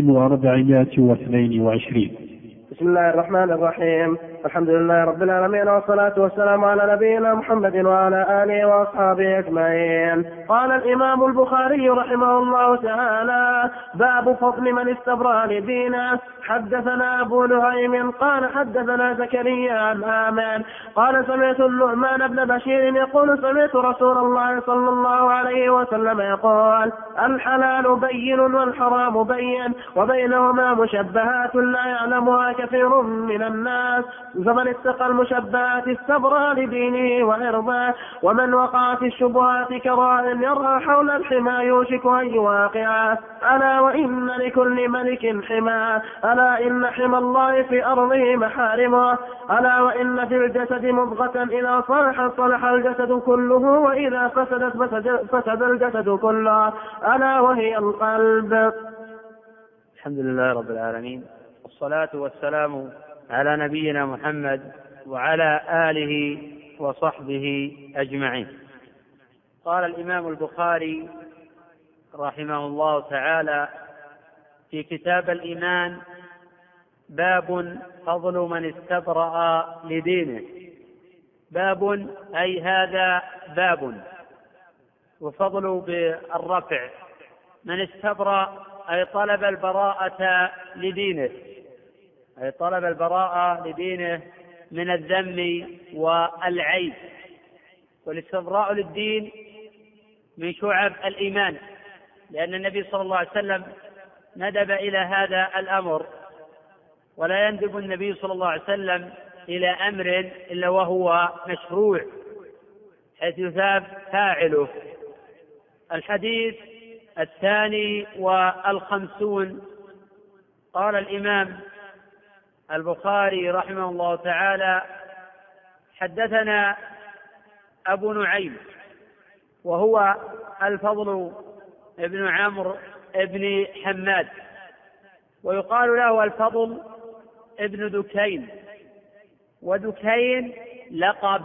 1422. بسم الله الرحمن الرحيم. الحمد لله رب العالمين، والصلاة والسلام على نبينا محمد وعلى آله وأصحابه أجمعين. قال الإمام البخاري رحمه الله تعالى: باب فضل من استبرأ لدينه. حدثنا أبو نعيم قال حدثنا زكريا عن آمن قال سمعت النعمان بن بشير يقول سمعت رسول الله صلى الله عليه وسلم يقول: الحلال بين والحرام بين وبينهما مشبهات لا يعلمها كثير من الناس، فمن اتقى المشبهات استبرأ لدينه وعرضه، ومن وقع في الشبهات كراء يرعى حول الحمى يوشك أن يواقعه. ألا وإن لكل ملك حمى، ألا إن حمى الله في أرضه محارمه. ألا وإن في الجسد مضغة إذا صلحت صلح الجسد كله وإذا فسدت فسد الجسد كله، ألا وهي القلب. الحمد لله رب العالمين، والصلاة والسلام على نبينا محمد وعلى آله وصحبه أجمعين. قال الإمام البخاري رحمه الله تعالى في كتاب الإيمان: باب فضل من استبرأ لدينه. باب أي هذا باب، وفضل بالرفع، من استبرأ أي طلب البراءة لدينه، أي طلب البراءة لدينه من الذم والعيب. والاستبراء للدين من شعب الإيمان، لأن النبي صلى الله عليه وسلم ندب إلى هذا الأمر، ولا يندب النبي صلى الله عليه وسلم إلى أمر إلا وهو مشروع حيث يثاب فاعله. الحديث 52. قال الإمام البخاري رحمه الله تعالى: حدثنا أبو نعيم وهو الفضل ابن عمرو ابن حماد، ويقال له الفضل ابن دكين، ودكين لقب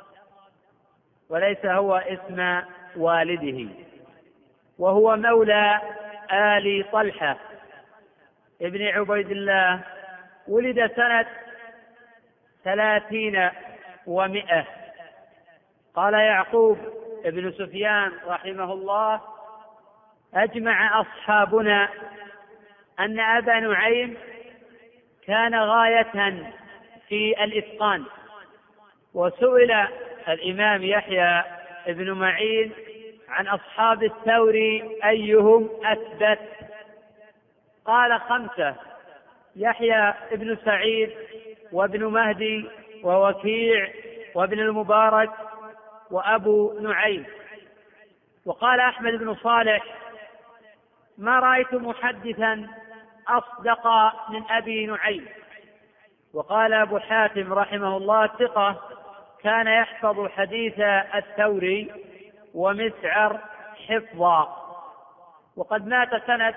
وليس هو اسم والده، وهو مولى آل طلحة ابن عبيد الله، ولد سنة 30 و100. قال يعقوب ابن سفيان رحمه الله: أجمع أصحابنا أن أبا نعيم كان غاية في الإتقان. وسئل الإمام يحيى ابن معين عن أصحاب الثوري أيهم أثبت، قال 5: يحيى ابن سعيد وابن مهدي ووكيع وابن المبارك وأبو نعيم. وقال أحمد بن صالح: ما رأيت محدثا أصدق من أبي نعيم. وقال أبو حاتم رحمه الله: ثقة، كان يحفظ حديث الثوري ومسعر حفظا. وقد مات سنة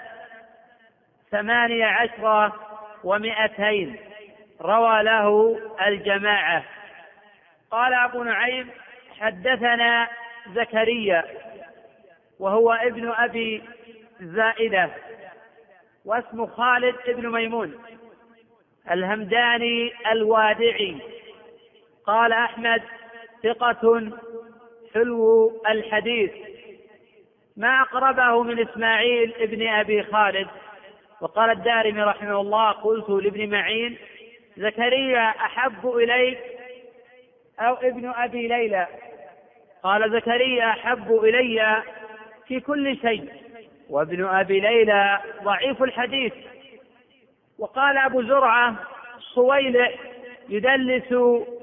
18 و200، روى له الجماعة. قال أبو نعيم: حدثنا زكريا وهو ابن أبي زائدة، واسمه خالد ابن ميمون الهمداني الوادعي. قال أحمد: ثقة حلو الحديث، ما أقربه من إسماعيل ابن أبي خالد. وقال الدارمي رحمه الله: قلت لابن معين: زكريا أحب إليك أو ابن أبي ليلى؟ قال: زكريا أحب إلي في كل شيء، وابن أبي ليلى ضعيف الحديث. وقال أبو زرعة: صويلح يدلس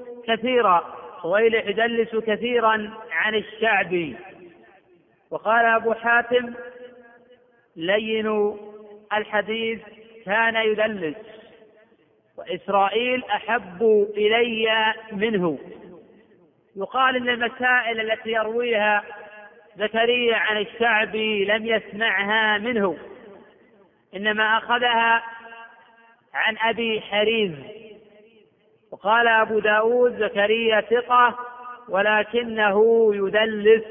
كثيرا عن الشعبي. وقال أبو حاتم: لين الحديث كان يدلس، وإسرائيل أحب إلي منه. يقال إن المسائل التي يرويها زكريا عن الشعبي لم يسمعها منه، إنما أخذها عن أبي حريز. وقال أبو داود: زكريا ثقة ولكنه يدلس.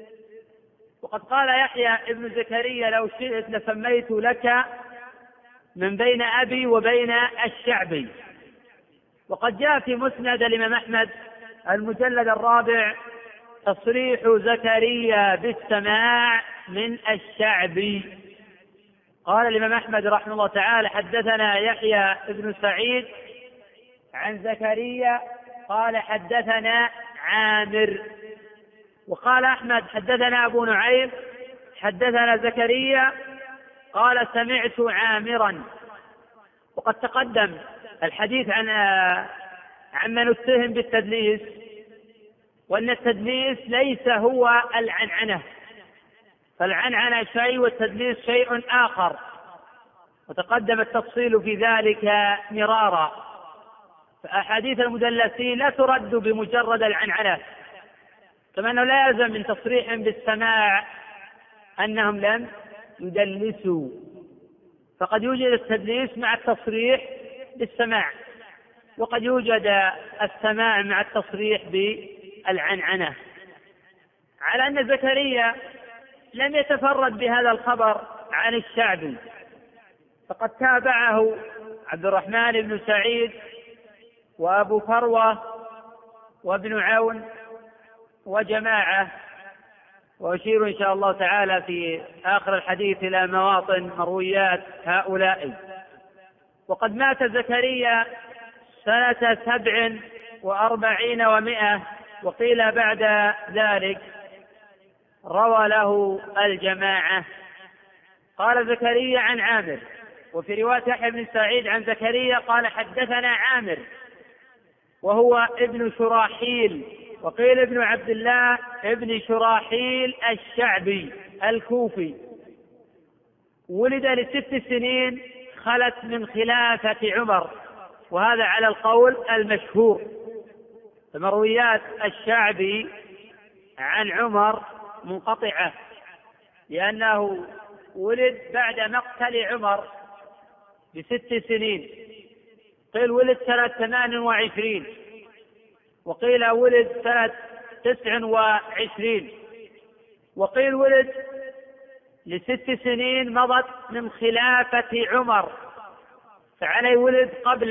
وقد قال يحيى ابن زكريا: لو شئت لسميت لك من بين أبي وبين الشعبي. وقد جاء في مسند الإمام أحمد المجلد 4 تصريح زكريا بالسماع من الشعبي. قال الإمام أحمد رحمه الله تعالى: حدثنا يحيى ابن سعيد عن زكريا قال حدثنا عامر. وقال أحمد: حدثنا أبو نعيم حدثنا زكريا قال سمعت عامرا. وقد تقدم الحديث عن من اتهم بالتدليس، وأن التدليس ليس هو العنعنة، فالعنعنة شيء والتدليس شيء آخر، وتقدم التفصيل في ذلك مرارا. فأحاديث المدلسين لا ترد بمجرد العنعنة، كما أنه لا يلزم من تصريح بالسماع أنهم لم يدلسوا، فقد يوجد التدليس مع التصريح بالسماع، وقد يوجد السماع مع التصريح بالعنعنة. على أن زكريا لم يتفرد بهذا الخبر عن الشعبي، فقد تابعه عبد الرحمن بن سعيد وأبو فروة وابن عون وجماعة، وأشير إن شاء الله تعالى في آخر الحديث إلى مواطن مرويات هؤلاء. وقد مات زكريا سنة 47 و100، وقيل بعد ذلك، روى له الجماعة. قال زكريا عن عامر، وفي رواية يحيى بن سعيد عن زكريا قال حدثنا عامر وهو ابن شراحيل، وقيل ابن عبد الله ابن شراحيل الشعبي الكوفي، ولد ل6 سنين خلت من خلافة عمر، وهذا على القول المشهور. فمرويات الشعبي عن عمر منقطعة، لأنه ولد بعد مقتل عمر ب6 سنين. قيل ولد سنة 28، وقيل ولد سنة 29، وقيل ولد ل6 سنين مضت من خلافة عمر، فعليه ولد قبل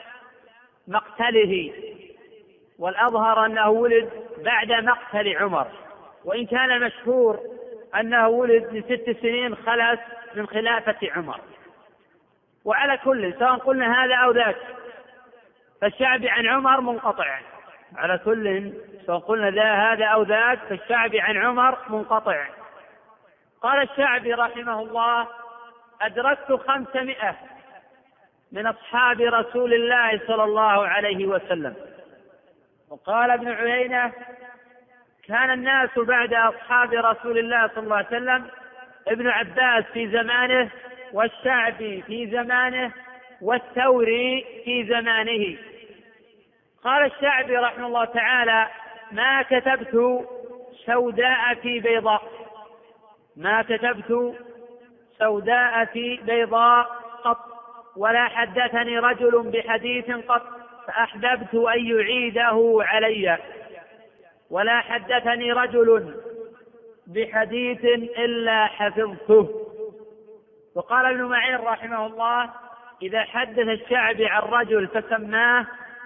مقتله، والأظهر أنه ولد بعد مقتل عمر، وإن كان المشهور أنه ولد ل6 سنين خلت من خلافة عمر. وعلى كل، سواء قلنا هذا أو ذاك، فالشعبي عن عمر منقطع. على كل، سواء قلنا هذا أو ذاك، فالشعبي عن عمر منقطع. قال الشعبي رحمه الله: أدركت 500 من أصحاب رسول الله صلى الله عليه وسلم، وقال ابن عيينة: كان الناس بعد أصحاب رسول الله صلى الله عليه وسلم ابن عباس في زمانه، والشعبي في زمانه، والثوري في زمانه. قال الشعبي رحمه الله تعالى: ما كتبت سوداء في بيضاء، ما كتبت سوداء في بيضاء قط، ولا حدثني رجل بحديث قط فأحببت أن يعيده علي، ولا حدثني رجل بحديث إلا حفظته. وقال ابن معين رحمه الله: إذا حدث الشعبي عن رجل فسماه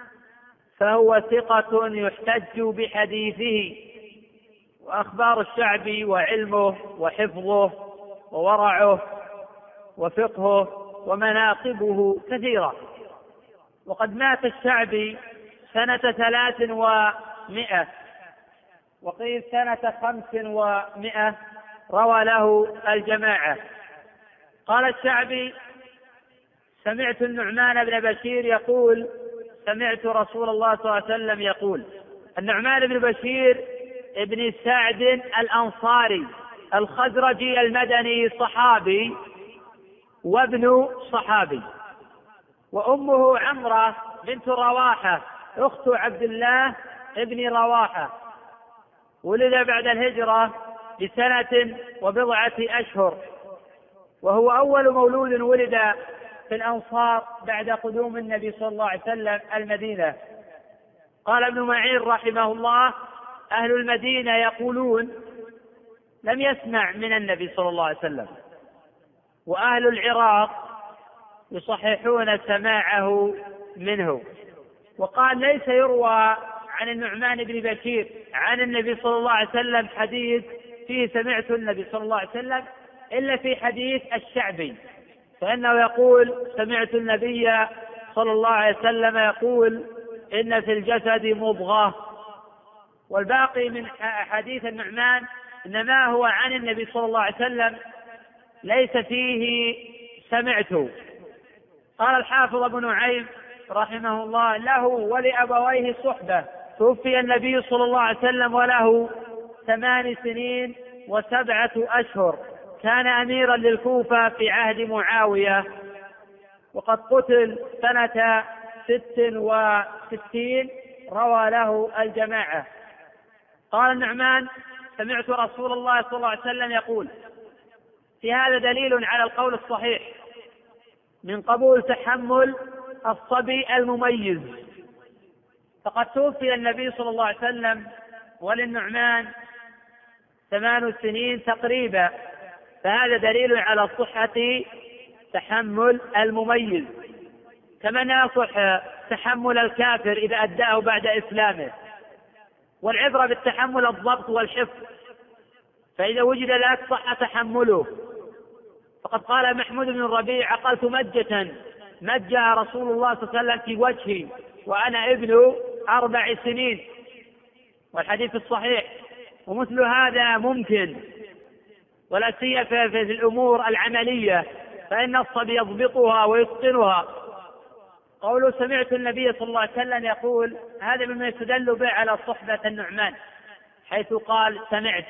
فهو ثقة يحتج بحديثه. وأخبار الشعبي وعلمه وحفظه وورعه وفقهه ومناقبه كثيرة. وقد مات الشعبي سنة 300 وقيل سنة 500، روى له الجماعة. قال الشعبي: سمعت النعمان بن بشير يقول: سمعت رسول الله صلى الله عليه وسلم يقول. النعمان بن بشير ابن سعد الأنصاري الخزرجي المدني، صحابي وابن صحابي، وأمه عمرة بنت رواحة أخت عبد الله ابن رواحة، ولد بعد الهجرة ب1 وبضعة أشهر، وهو أول مولود ولد في الأنصار بعد قدوم النبي صلى الله عليه وسلم المدينة. قال ابن معين رحمه الله: أهل المدينة يقولون لم يسمع من النبي صلى الله عليه وسلم، وأهل العراق يصححون سماعه منه. وقال: ليس يروى عن النعمان بن بشير عن النبي صلى الله عليه وسلم حديث فيه سمعت النبي صلى الله عليه وسلم إلا في حديث الشعبي، فإنه يقول: سمعت النبي صلى الله عليه وسلم يقول: إن في الجسد مضغة. والباقي من حديث النعمان إنما هو عن النبي صلى الله عليه وسلم، ليس فيه سمعت. قال الحافظ ابن نعيم رحمه الله: له ولأبويه صحبة، توفي النبي صلى الله عليه وسلم وله 8 سنين و7 أشهر، كان أميرا للكوفة في عهد معاوية، وقد قتل سنة 66، روى له الجماعة. قال النعمان: سمعت رسول الله صلى الله عليه وسلم يقول. في هذا دليل على القول الصحيح من قبول تحمل الصبي المميز، فقد توفي النبي صلى الله عليه وسلم وللنعمان 8 سنين تقريبا، فهذا دليل على صحة تحمل المميز، كما يصح تحمل الكافر إذا أداه بعد إسلامه. والعبرة بالتحمل الضبط والحفظ، فإذا وجد لك صح تحمله. فقد قال محمود بن الربيع: عقلت مجة مجها رسول الله صلى الله عليه وسلم في وجهي وأنا ابن 4 سنين، والحديث الصحيح. ومثل هذا ممكن، ولا سيما في الأمور العملية، فإن الصبي يضبطها ويتقنها. قوله سمعت النبي صلى الله عليه وسلم يقول، هذا مما يستدل به على صحبة النعمان، حيث قال سمعت.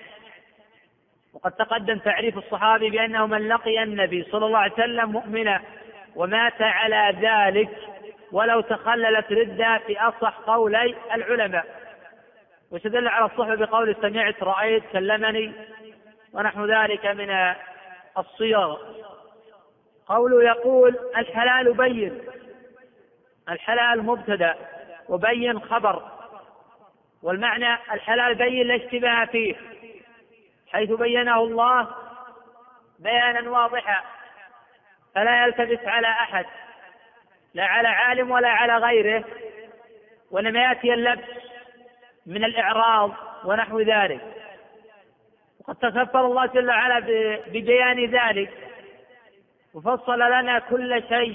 وقد تقدم تعريف الصحابي بأنه من لقي النبي صلى الله عليه وسلم مؤمنا ومات على ذلك ولو تخللت ردة في أصح قولي العلماء. ويستدل على الصحبة بقول سمعت، رأيت، كلمني، ونحو ذلك من الصيغ. قوله يقول الحلال بين، الحلال مبتدأ وبين خبر، والمعنى الحلال بين لا اشتباه فيه، حيث بينه الله بيانا واضحا فلا يلتبس على أحد، لا على عالم ولا على غيره، وإنما يأتي اللبس من الإعراض ونحو ذلك. وقد تكفل الله جل وعلا ببيان ذلك وفصل لنا كل شيء،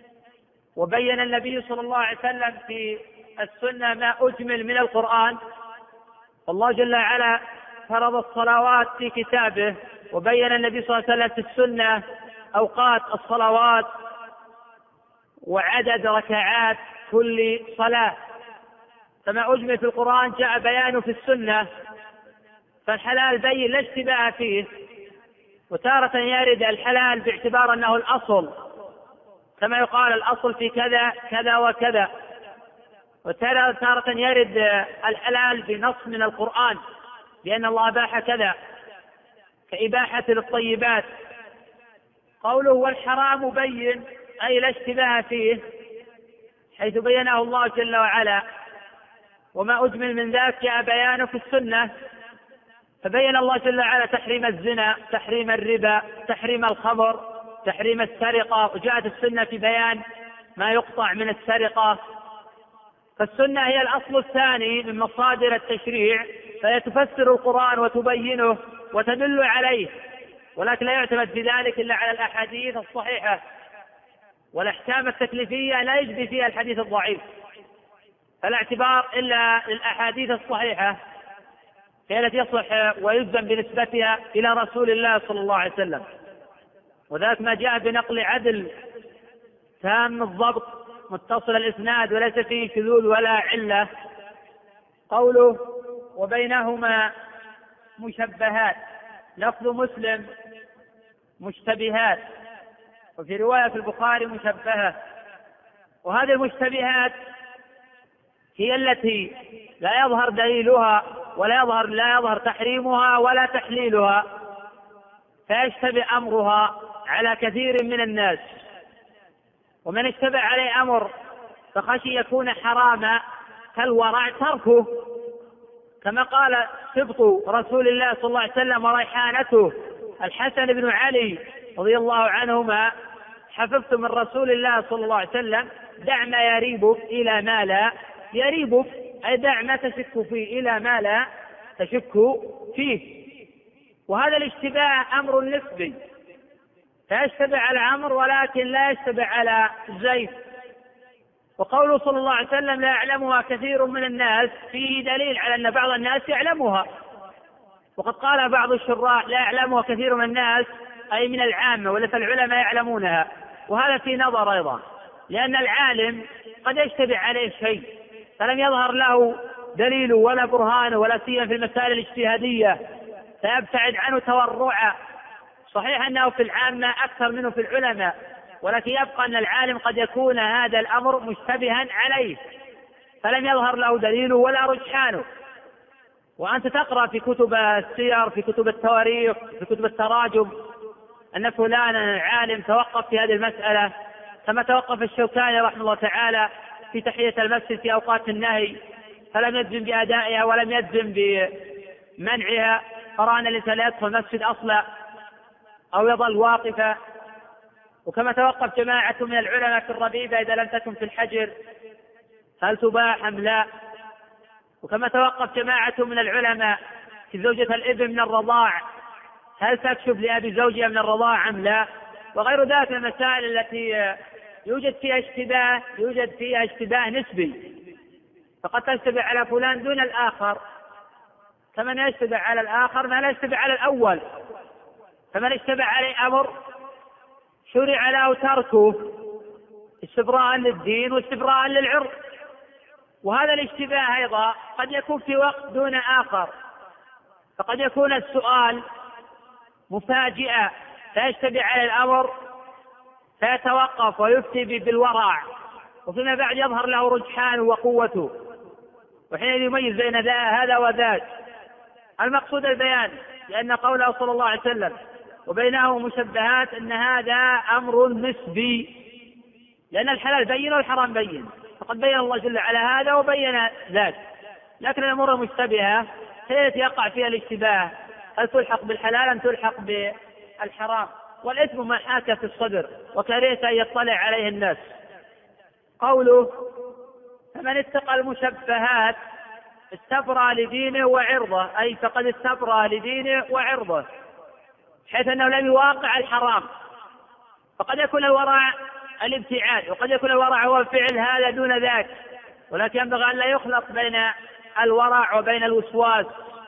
وبين النبي صلى الله عليه وسلم في السنة ما أجمل من القرآن. الله جل وعلا فرض الصلوات في كتابه، وبين النبي صلى الله عليه وسلم في السنة أوقات الصلوات وعدد ركعات كل صلاة، فما أجمل في القرآن جاء بيانه في السنة، فالحلال بين لا اشتباه فيه. وتارة يرد الحلال باعتبار أنه الأصل، كما يقال الأصل في كذا كذا وكذا. وتارة يرد الحلال بنص من القرآن لأن الله أباح كذا، كإباحة للطيبات. قوله والحرام بين أي لا اشتباه فيه، حيث بينه الله جل وعلا. وما أجمل من ذلك جاء بيانه في السنة، فبين الله جل وعلا تحريم الزنا، تحريم الربا، تحريم الخمر، تحريم السرقة، وجاءت السنة في بيان ما يقطع من السرقة. فالسنة هي الأصل الثاني من مصادر التشريع، فهي تفسر القرآن وتبينه وتدل عليه، ولكن لا يعتمد في ذلك إلا على الأحاديث الصحيحة. والأحكام التكليفية لا يجري فيها الحديث الضعيف، فلا اعتبار إلا للأحاديث الصحيحة هي التي يصلح ويلزم بنسبتها إلى رسول الله صلى الله عليه وسلم، وذلك ما جاء بنقل عدل تام الضبط متصل الإسناد وليس فيه شذوذ ولا علة. قوله وبينهما مشبهات، لفظ مسلم مشتبهات، وفي رواية في البخاري مشبهة. وهذه المشتبهات هي التي لا يظهر دليلها لا يظهر تحريمها ولا تحليلها، فيشتبه أمرها على كثير من الناس. ومن اشتبه عليه أمر فخشي يكون حراما كالورع تركه، كما قال سبط رسول الله صلى الله عليه وسلم وريحانته الحسن بن علي رضي الله عنهما: حفظت من رسول الله صلى الله عليه وسلم دع ما يريبك إلى ما لا يريبك، أي دع ما تشك فيه إلى ما لا تشك فيه. وهذا الاشتباه أمر نسبي، فيشتبه على عمرو ولكن لا يشتبه على زيد. وقوله صلى الله عليه وسلم لا يعلمها كثير من الناس فيه دليل على أن بعض الناس يعلمها، وقد قال بعض الشراح لا يعلمها كثير من الناس أي من العامة، ولا فالعلماء يعلمونها. وهذا في نظر أيضا، لأن العالم قد يشتبه عليه شيء فلم يظهر له دليل ولا برهان، ولا سيما في المسائل الاجتهادية، فيبتعد عنه تورعا. صحيح أنه في العامة أكثر منه في العلماء، ولكن يبقى أن العالم قد يكون هذا الأمر مشتبها عليه فلم يظهر له دليل ولا رجحانه. وأنت تقرأ في كتب السير، في كتب التواريخ، في كتب التراجم أن فلان عالم توقف في هذه المسألة، كما توقف الشوكاني رحمه الله تعالى في تحية المسجد في أوقات النهي، فلم يجزم بأدائها ولم يجزم بمنعها، فرأى الإنسان لا يدخل المسجد أصلا أو يظل واقفا. وكما توقف جماعة من العلماء في الربيبة إذا لم تكن في الحجر هل تباح أم لا، وكما توقف جماعة من العلماء في زوجة الابن من الرضاع هل تكشف لأبي زوجها من الرضاع أم لا، وغير ذلك من المسائل التي يوجد فيها اشتباه نسبي، فقد تشتبه على فلان دون الآخر، كمن يشتبه على الآخر ما لا يشتبه على الأول. فمن اشتبه عليه أمر شرع له تركه استبراء للدين واستبراء للعرض. وهذا الاشتباه أيضا قد يكون في وقت دون آخر، فقد يكون السؤال مفاجئا فيشتبه على الأمر فيتوقف ويفتي بالورع، وفيما بعد يظهر له رجحانه وقوته، وحين يميز بين هذا وذاك. المقصود البيان، لأن قوله صلى الله عليه وسلم وبينهم مشبهات أن هذا أمر نسبي، لأن الحلال بين والحرام بين، فقد بين الله جل وعلا هذا وبين ذاك، لكن الأمور المشتبهة هي التي يقع فيها الاشتباه، هل تلحق بالحلال أم تلحق بالحرام، والإثم ما حاك في الصدر وكرهت أن يطلع عليه الناس. قوله فمن اتقى المشبهات استبرأ لدينه وعرضه، أي فقد استبرأ لدينه وعرضه، حيث أنه لم يواقع الحرام. فقد يكون الورع الابتعاد، وقد يكون الورع هو الفعل هذا دون ذاك، ولكن ينبغي أن لا يخلط بين الورع وبين الوسواس.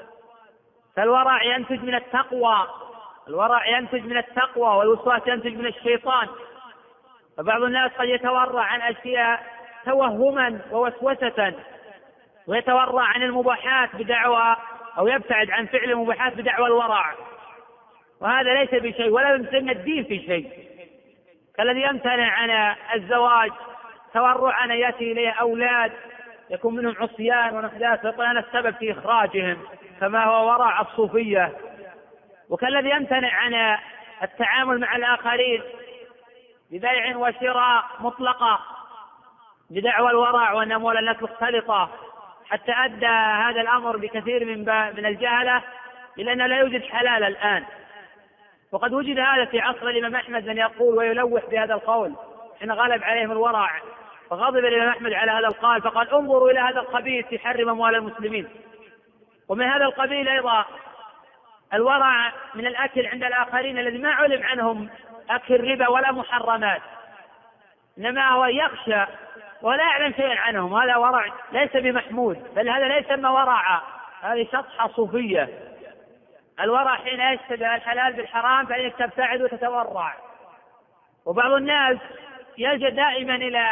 فالورع ينتج من التقوى، والوسواس ينتج من الشيطان. فبعض الناس قد يتورع عن أشياء توهما ووسوسة، ويتورع عن المباحات بدعوى أو يبتعد عن فعل المباحات بدعوى الورع، وهذا ليس بشيء ولا يمتنع الدين في شيء، كالذي يمتنع عن الزواج تورعا أن يأتي إليه أولاد يكون منهم عصيان ونحداث فيقول أنا السبب في إخراجهم كما هو ورع الصوفية، وكالذي يمتنع عن التعامل مع الآخرين ببيع وشراء مطلقة بدعوى الورع وأن أموال الناس مختلطة، حتى أدى هذا الأمر بكثير من الجهلة إلى أنه لا يوجد حلال الآن. وقد وجد هذا في عصر الإمام أحمد من يقول ويلوح بهذا القول حين غلب عليهم الورع، فغضب الإمام أحمد على هذا القول فقال انظروا إلى هذا الخبيث يحرم أموال المسلمين. ومن هذا القبيل أيضا الورع من الأكل عند الآخرين الذي ما علم عنهم أكل ربا ولا محرمات، إنما هو يخشى ولا يعلم شيئا عنهم، هذا ورع ليس بمحمود، بل هذا لا يسمى ورع، هذه شطحة صوفية. الورع حين يشتبه الحلال بالحرام فإنك تبتعد وتتورع. وبعض الناس يلجأ دائما إلى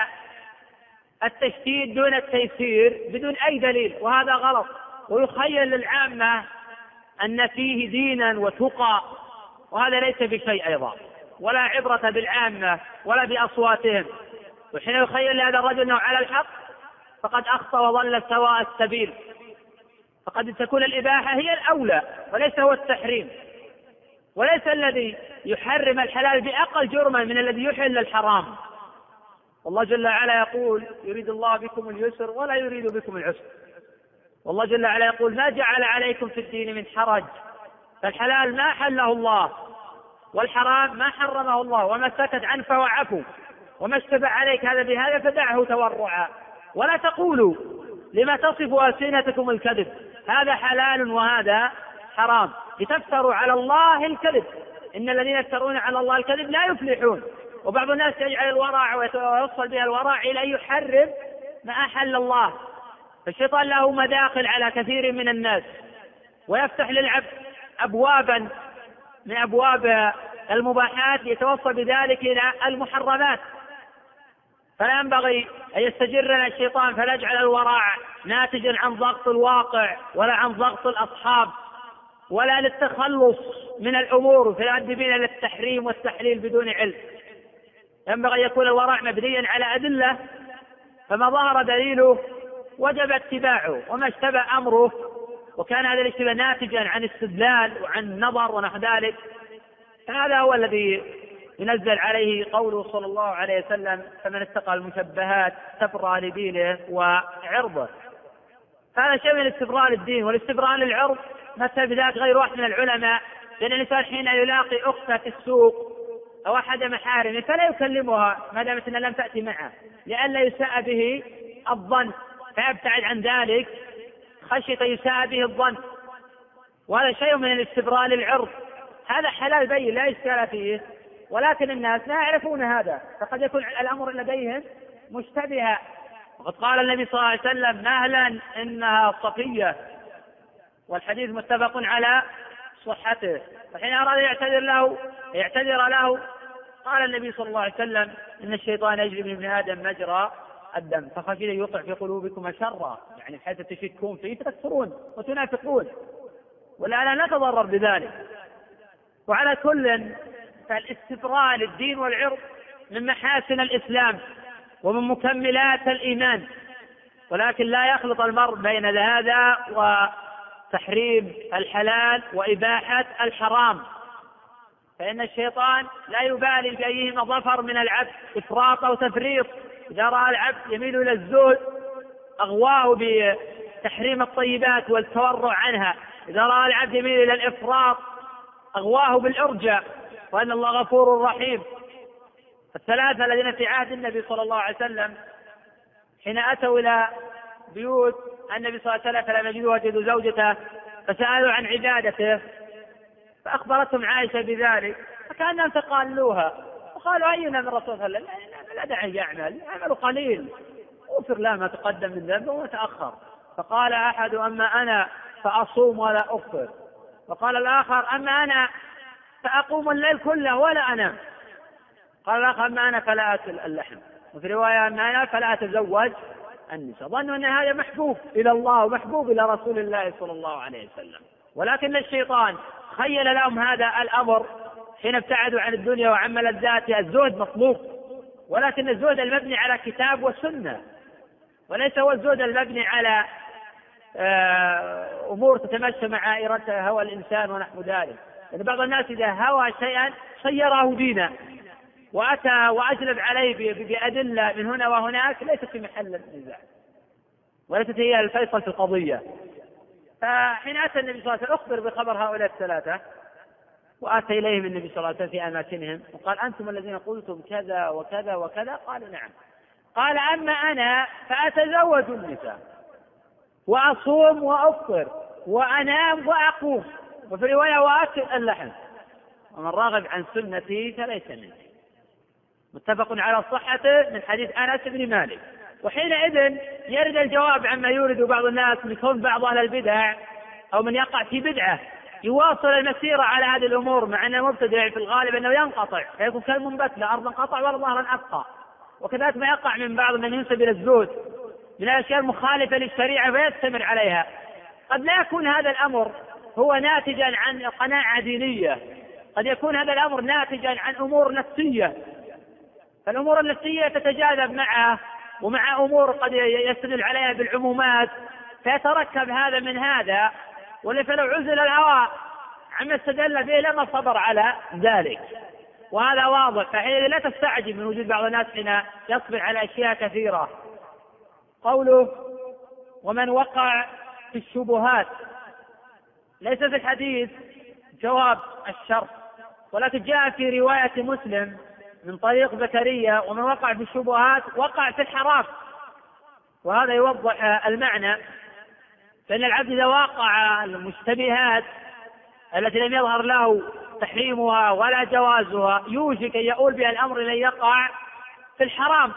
التشديد دون التيسير بدون أي دليل، وهذا غلط، ويخيل للعامة أن فيه دينا وتقى، وهذا ليس بشيء أيضا، ولا عبرة بالعامة ولا بأصواتهم. وحين يخيل لهذا الرجل أنه على الحق فقد أخطأ وضل سواء السبيل، فقد تكون الإباحة هي الأولى وليس هو التحريم، وليس الذي يحرم الحلال بأقل جرما من الذي يحل الحرام. والله جل وعلا يقول يريد الله بكم اليسر ولا يريد بكم العسر، والله جل وعلا يقول ما جعل عليكم في الدين من حرج، فالحلال ما حله الله والحرام ما حرمه الله، وما سكت عنه فهو عفو، وما اشتبه عليك هذا بهذا فدعه تورعا. ولا تقولوا لما تصف ألسنتكم الكذب هذا حلال وهذا حرام لتفتروا على الله الكذب، إن الذين يفترون على الله الكذب لا يفلحون. وبعض الناس يجعل الورع ويوصل بها الورع إلى أن يحرم ما أحل الله، فالشيطان له مداخل على كثير من الناس، ويفتح للعبد أبوابا من أبواب المباحات يتوصل بذلك إلى المحرمات. فلا ينبغي أن يستجرنا الشيطان فلا يجعل الورع ناتجا عن ضغط الواقع ولا عن ضغط الأصحاب ولا للتخلص من الأمور فيؤدي بنا للتحريم والتحليل بدون علم. ينبغي أن يكون الورع مبنيا على أدلة، فما ظهر دليله وجب اتباعه، وما اشتبه أمره وكان هذا الاشتباه ناتجا عن استدلال وعن نظر ونحو ذلك فهذا هو الذي ينزل عليه قوله صلى الله عليه وسلم فمن اتقى المشبهات استبرأ لدينه وعرضه. هذا شيء من استبراء للدين والاستبراء للعرض مثل بذلك غير واحد من العلماء، لأن الإنسان حين يلاقي أخته في السوق أو أحد محارمه فلا يكلمها ما دامت أنها لم تأتي معه لئلا يساء به الظن، فيبتعد عن ذلك خشية يساء به الظن، وهذا شيء من الاستبراء للعرض. هذا حلال بين لا إشكال فيه، ولكن الناس لا يعرفون هذا، فقد يكون الأمر لديهم مشتبها. وقد قال النبي صلى الله عليه وسلم مهلا إنها صفية، والحديث متفق على صحته. فحين أراد يعتذر له قال النبي صلى الله عليه وسلم إن الشيطان يجري من ابن آدم مجرى الدم فخشيت أن يوقع في قلوبكم شرا، يعني حيث تشكون فيه تكفرون وتنافقون، ولا لا نتضرر بذلك. وعلى كل فالاستبراء للدين والعرض من محاسن الإسلام ومن مكملات الإيمان، ولكن لا يخلط المرء بين هذا وتحريم الحلال وإباحة الحرام، فإن الشيطان لا يبالي بأيهما ظفر من العبد إفراط أو تفريط. إذا رأى العبد يميل إلى الزهد أغواه بتحريم الطيبات والتورع عنها، إذا رأى العبد يميل إلى الإفراط أغواه بالإرجاء، وأن الله غفور رحيم. الثلاثة الذين في عهد النبي صلى الله عليه وسلم حين أتوا إلى بيوت النبي صلى الله عليه وسلم فلم يجدوا وجدوا زوجته فسألوا عن عبادته، فأخبرتهم عائشة بذلك فكأنهم تقالوها وقالوا أينا من رسول الله لا داعي يعمل قليل أغفر له ما تقدم من ذنبه وما تأخر. فقال أحد أما أنا فأصوم ولا أفطر، وقال الآخر أما أنا فأقوم الليل كله ولا أنام، قال الآخر أما أنا فلا أكل اللحم، وفي رواية أما أنا فلا أتزوج النساء، ظنوا أن هذا محبوب إلى الله ومحبوب إلى رسول الله صلى الله عليه وسلم، ولكن الشيطان خيل لهم هذا الأمر حين ابتعدوا عن الدنيا وعن ملذاتها. الزهد مطلوب، ولكن الزهد المبني على كتاب وسنة، وليس هو الزهد المبني على أمور تتمشى مع إرادة هوى الإنسان ونحو ذلك. يعني بعض الناس إذا هوى شيئا صيره دينا وأتى وأجلب عليه بأدلة من هنا وهناك ليست في محل النزاع وليست هي الفيصل في القضية. فحين أتى النبي صلى الله عليه وسلم أخبر بخبر هؤلاء الثلاثة، وأتى إليهم النبي صلى الله عليه وسلم في أماكنهم وقال: أنتم الذين قلتم كذا وكذا وكذا؟ قالوا: نعم. قال: أما أنا فأتزوج النساء وأصوم وأفطر وأنام وأقوم، وفي رواية وأكل اللحم، ومن راغب عن سنتي فليس مني. متفق على صحته من حديث أنس بن مالك. وحينئذ يرد الجواب عما يورد بعض الناس من كون بعض أهل البدع أو من يقع في بدعة يواصل المسيرة على هذه الأمور، مع أن المبتدع في الغالب أنه ينقطع فيكون كالمنبت لا أرضا قطع ولا ظهرا أبقى. وكذلك ما يقع من بعض من ينسب إلى الزهد من الأشياء المخالفة للشريعة فيستمر عليها. قد لا يكون هذا الأمر هو ناتجا عن قناعة دينية، قد يكون هذا الأمر ناتجا عن أمور نفسية، فالأمور النفسية تتجاذب معه ومع أمور قد يستدل عليها بالعمومات فيتركب هذا من هذا، فلو عزل الهوى عما استدل به لما صبر على ذلك، وهذا واضح. فحين لا تستعجب من وجود بعض الناس حين يصبر على أشياء كثيرة. قوله: ومن وقع في الشبهات، ليس في الحديث جواب الشرط، ولكن جاء في رواية مسلم من طريق زكريا: ومن وقع في الشبهات وقع في الحرام. وهذا يوضح المعنى، فإن العبد إذا وقع المشتبهات التي لم يظهر له تحريمها ولا جوازها يوشك أن يؤول بها الأمر إلى يقع في الحرام.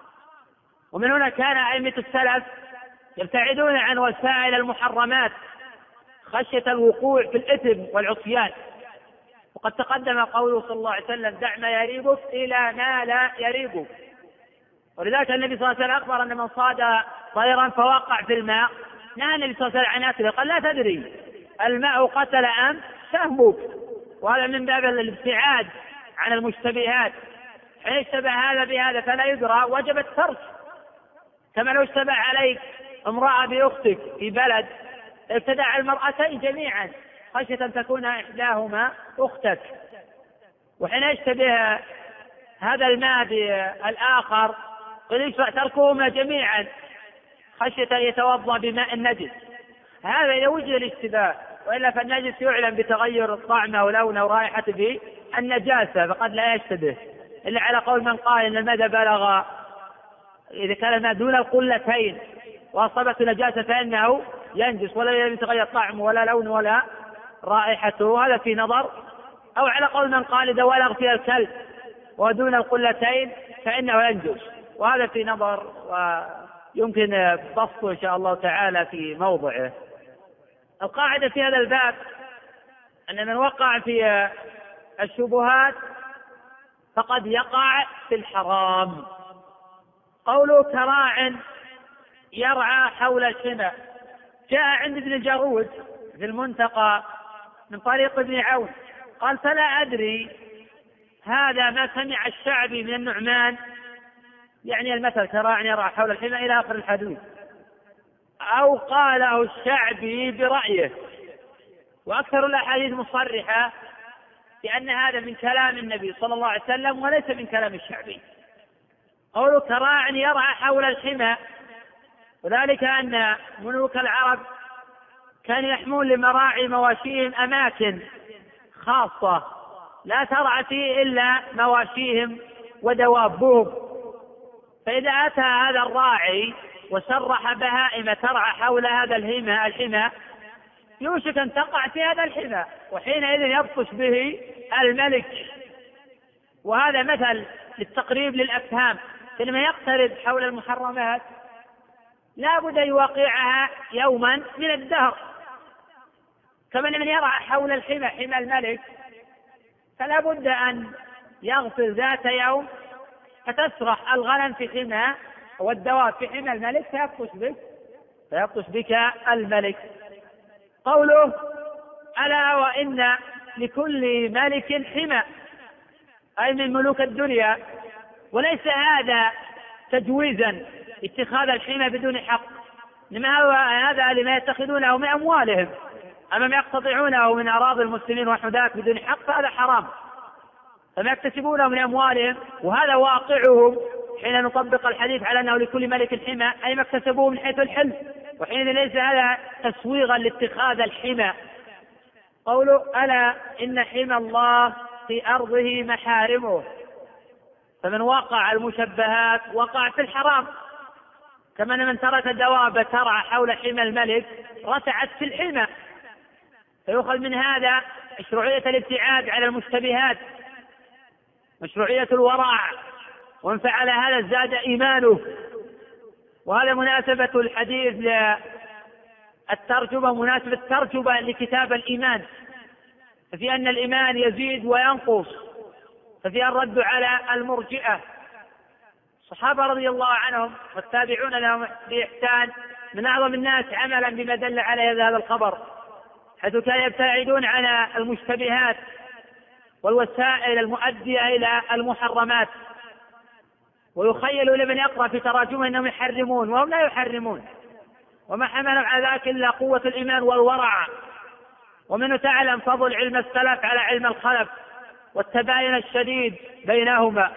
ومن هنا كان أئمة السلف يبتعدون عن وسائل المحرمات خشية الوقوع في الإثم والعصيان. وقد تقدم قوله صلى الله عليه وسلم: دع ما يريبك إلى ما لا يريبك. ولذلك النبي صلى الله عليه وسلم أخبر أن من صاد طيرا فوقع في الماء نهى النبي صلى الله عليه وسلم عن أكله، قال: لا تدري الماء قتل أم سهمك. وهذا من باب الابتعاد عن المشتبهات. حين اشتبه هذا بهذا فلا يدرى وجب الترك، كما لو اشتبه عليك امرأة بأختك في بلد ابتدع المرأتين جميعا خشية أن تكون إحداهما أختك. وحين يشتبه هذا الماء بالآخر قل يشرع تركهما جميعا خشية أن يتوضأ بماء النجس. هذا إذا وجد الاشتباه، وإلا فالنجس يعلم بتغير طعمه ولونه ورائحته به النجاسة، فقد لا يشتبه إلا على قول من قال إن الماء بلغ إذا كان الماء دون القلتين وأصابته نجاسة فإنه ينجس ولا يتغير طعمه ولا لونه ولا رائحته، هذا في نظر. أو على قول من قال إذا ولغ فيها الكلب ودون القلتين فإنه ينجس، وهذا في نظر ويمكن بسطه إن شاء الله تعالى في موضعه. القاعدة في هذا الباب أن من وقع في الشبهات فقد يقع في الحرام. قوله: كراع يرعى حول الحمى، جاء عند ابن الجارود في المنتقى من طريق ابن عون قال: فلا أدري هذا ما سمع الشعبي من النعمان، يعني المثل كراع يرعى حول الحمى إلى آخر الحديث، أو قاله الشعبي برأيه. وأكثر الأحاديث مصرحة بأن هذا من كلام النبي صلى الله عليه وسلم وليس من كلام الشعبي. قوله كراع يرعى حول الحمى، وذلك أن ملوك العرب كانوا يحمون لمراعي مواشيهم أماكن خاصة لا ترعى فيه إلا مواشيهم ودوابهم، فإذا أتى هذا الراعي وسرح بهائم ترعى حول هذا الحمى يوشك أن تقع في هذا الحمى، وحينئذ يبطش به الملك. وهذا مثل للتقريب للأفهام، لما يقترب حول المحرمات لا بد أن يواقعها يوما من الدهر، كما من يرعى حول الحمى حمى الملك فلا بد أن يغفل ذات يوم فتسرح الغنم في حمى والدواب في حمى الملك فيبطش بك الملك. قوله ألا وإن لكل ملك حمى، أي من ملوك الدنيا، وليس هذا تجويزا اتخاذ الحمى بدون حق، إنما هذا لما يتخذونه من أموالهم، أما ما يقتطعونه من أراضي المسلمين ونحو ذلك بدون حق فهذا حرام، فما يكتسبونه من أموالهم، وهذا واقعهم حين نطبق الحديث على أنه لكل ملك حمى، أي ما اكتسبوه من حيث الحل، وحين ليس هذا تسويغا لاتخاذ الحمى. قوله ألا إن حمى الله في أرضه محارمه، فمن وقع المشبهات وقع في الحرام، كما أن من ترك الدواب ترعى حول حمى الملك رتعت في الحمى، فيؤخذ من هذا مشروعية الابتعاد على المشتبهات، مشروعية الورع، ومن فعل هذا زاد إيمانه. وهذا مناسبة الحديث للترجمة، مناسبة الترجمة لكتاب الإيمان، ففي أن الإيمان يزيد وينقص، ففي الرد على المرجئة. الصحابة رضي الله عنهم والتابعون لهم بإحسان من أعظم الناس عملا بما دل عليه هذا الخبر، حيث كانوا يبتعدون عن المشتبهات والوسائل المؤدية إلى المحرمات، ويخيل لمن يقرأ في تراجمه أنهم يحرمون وهم لا يحرمون، وما حملهم على ذلك إلا قوة الإيمان والورع. ومنه تعلم فضل علم السلف على علم الخلف والتباين الشديد بينهما.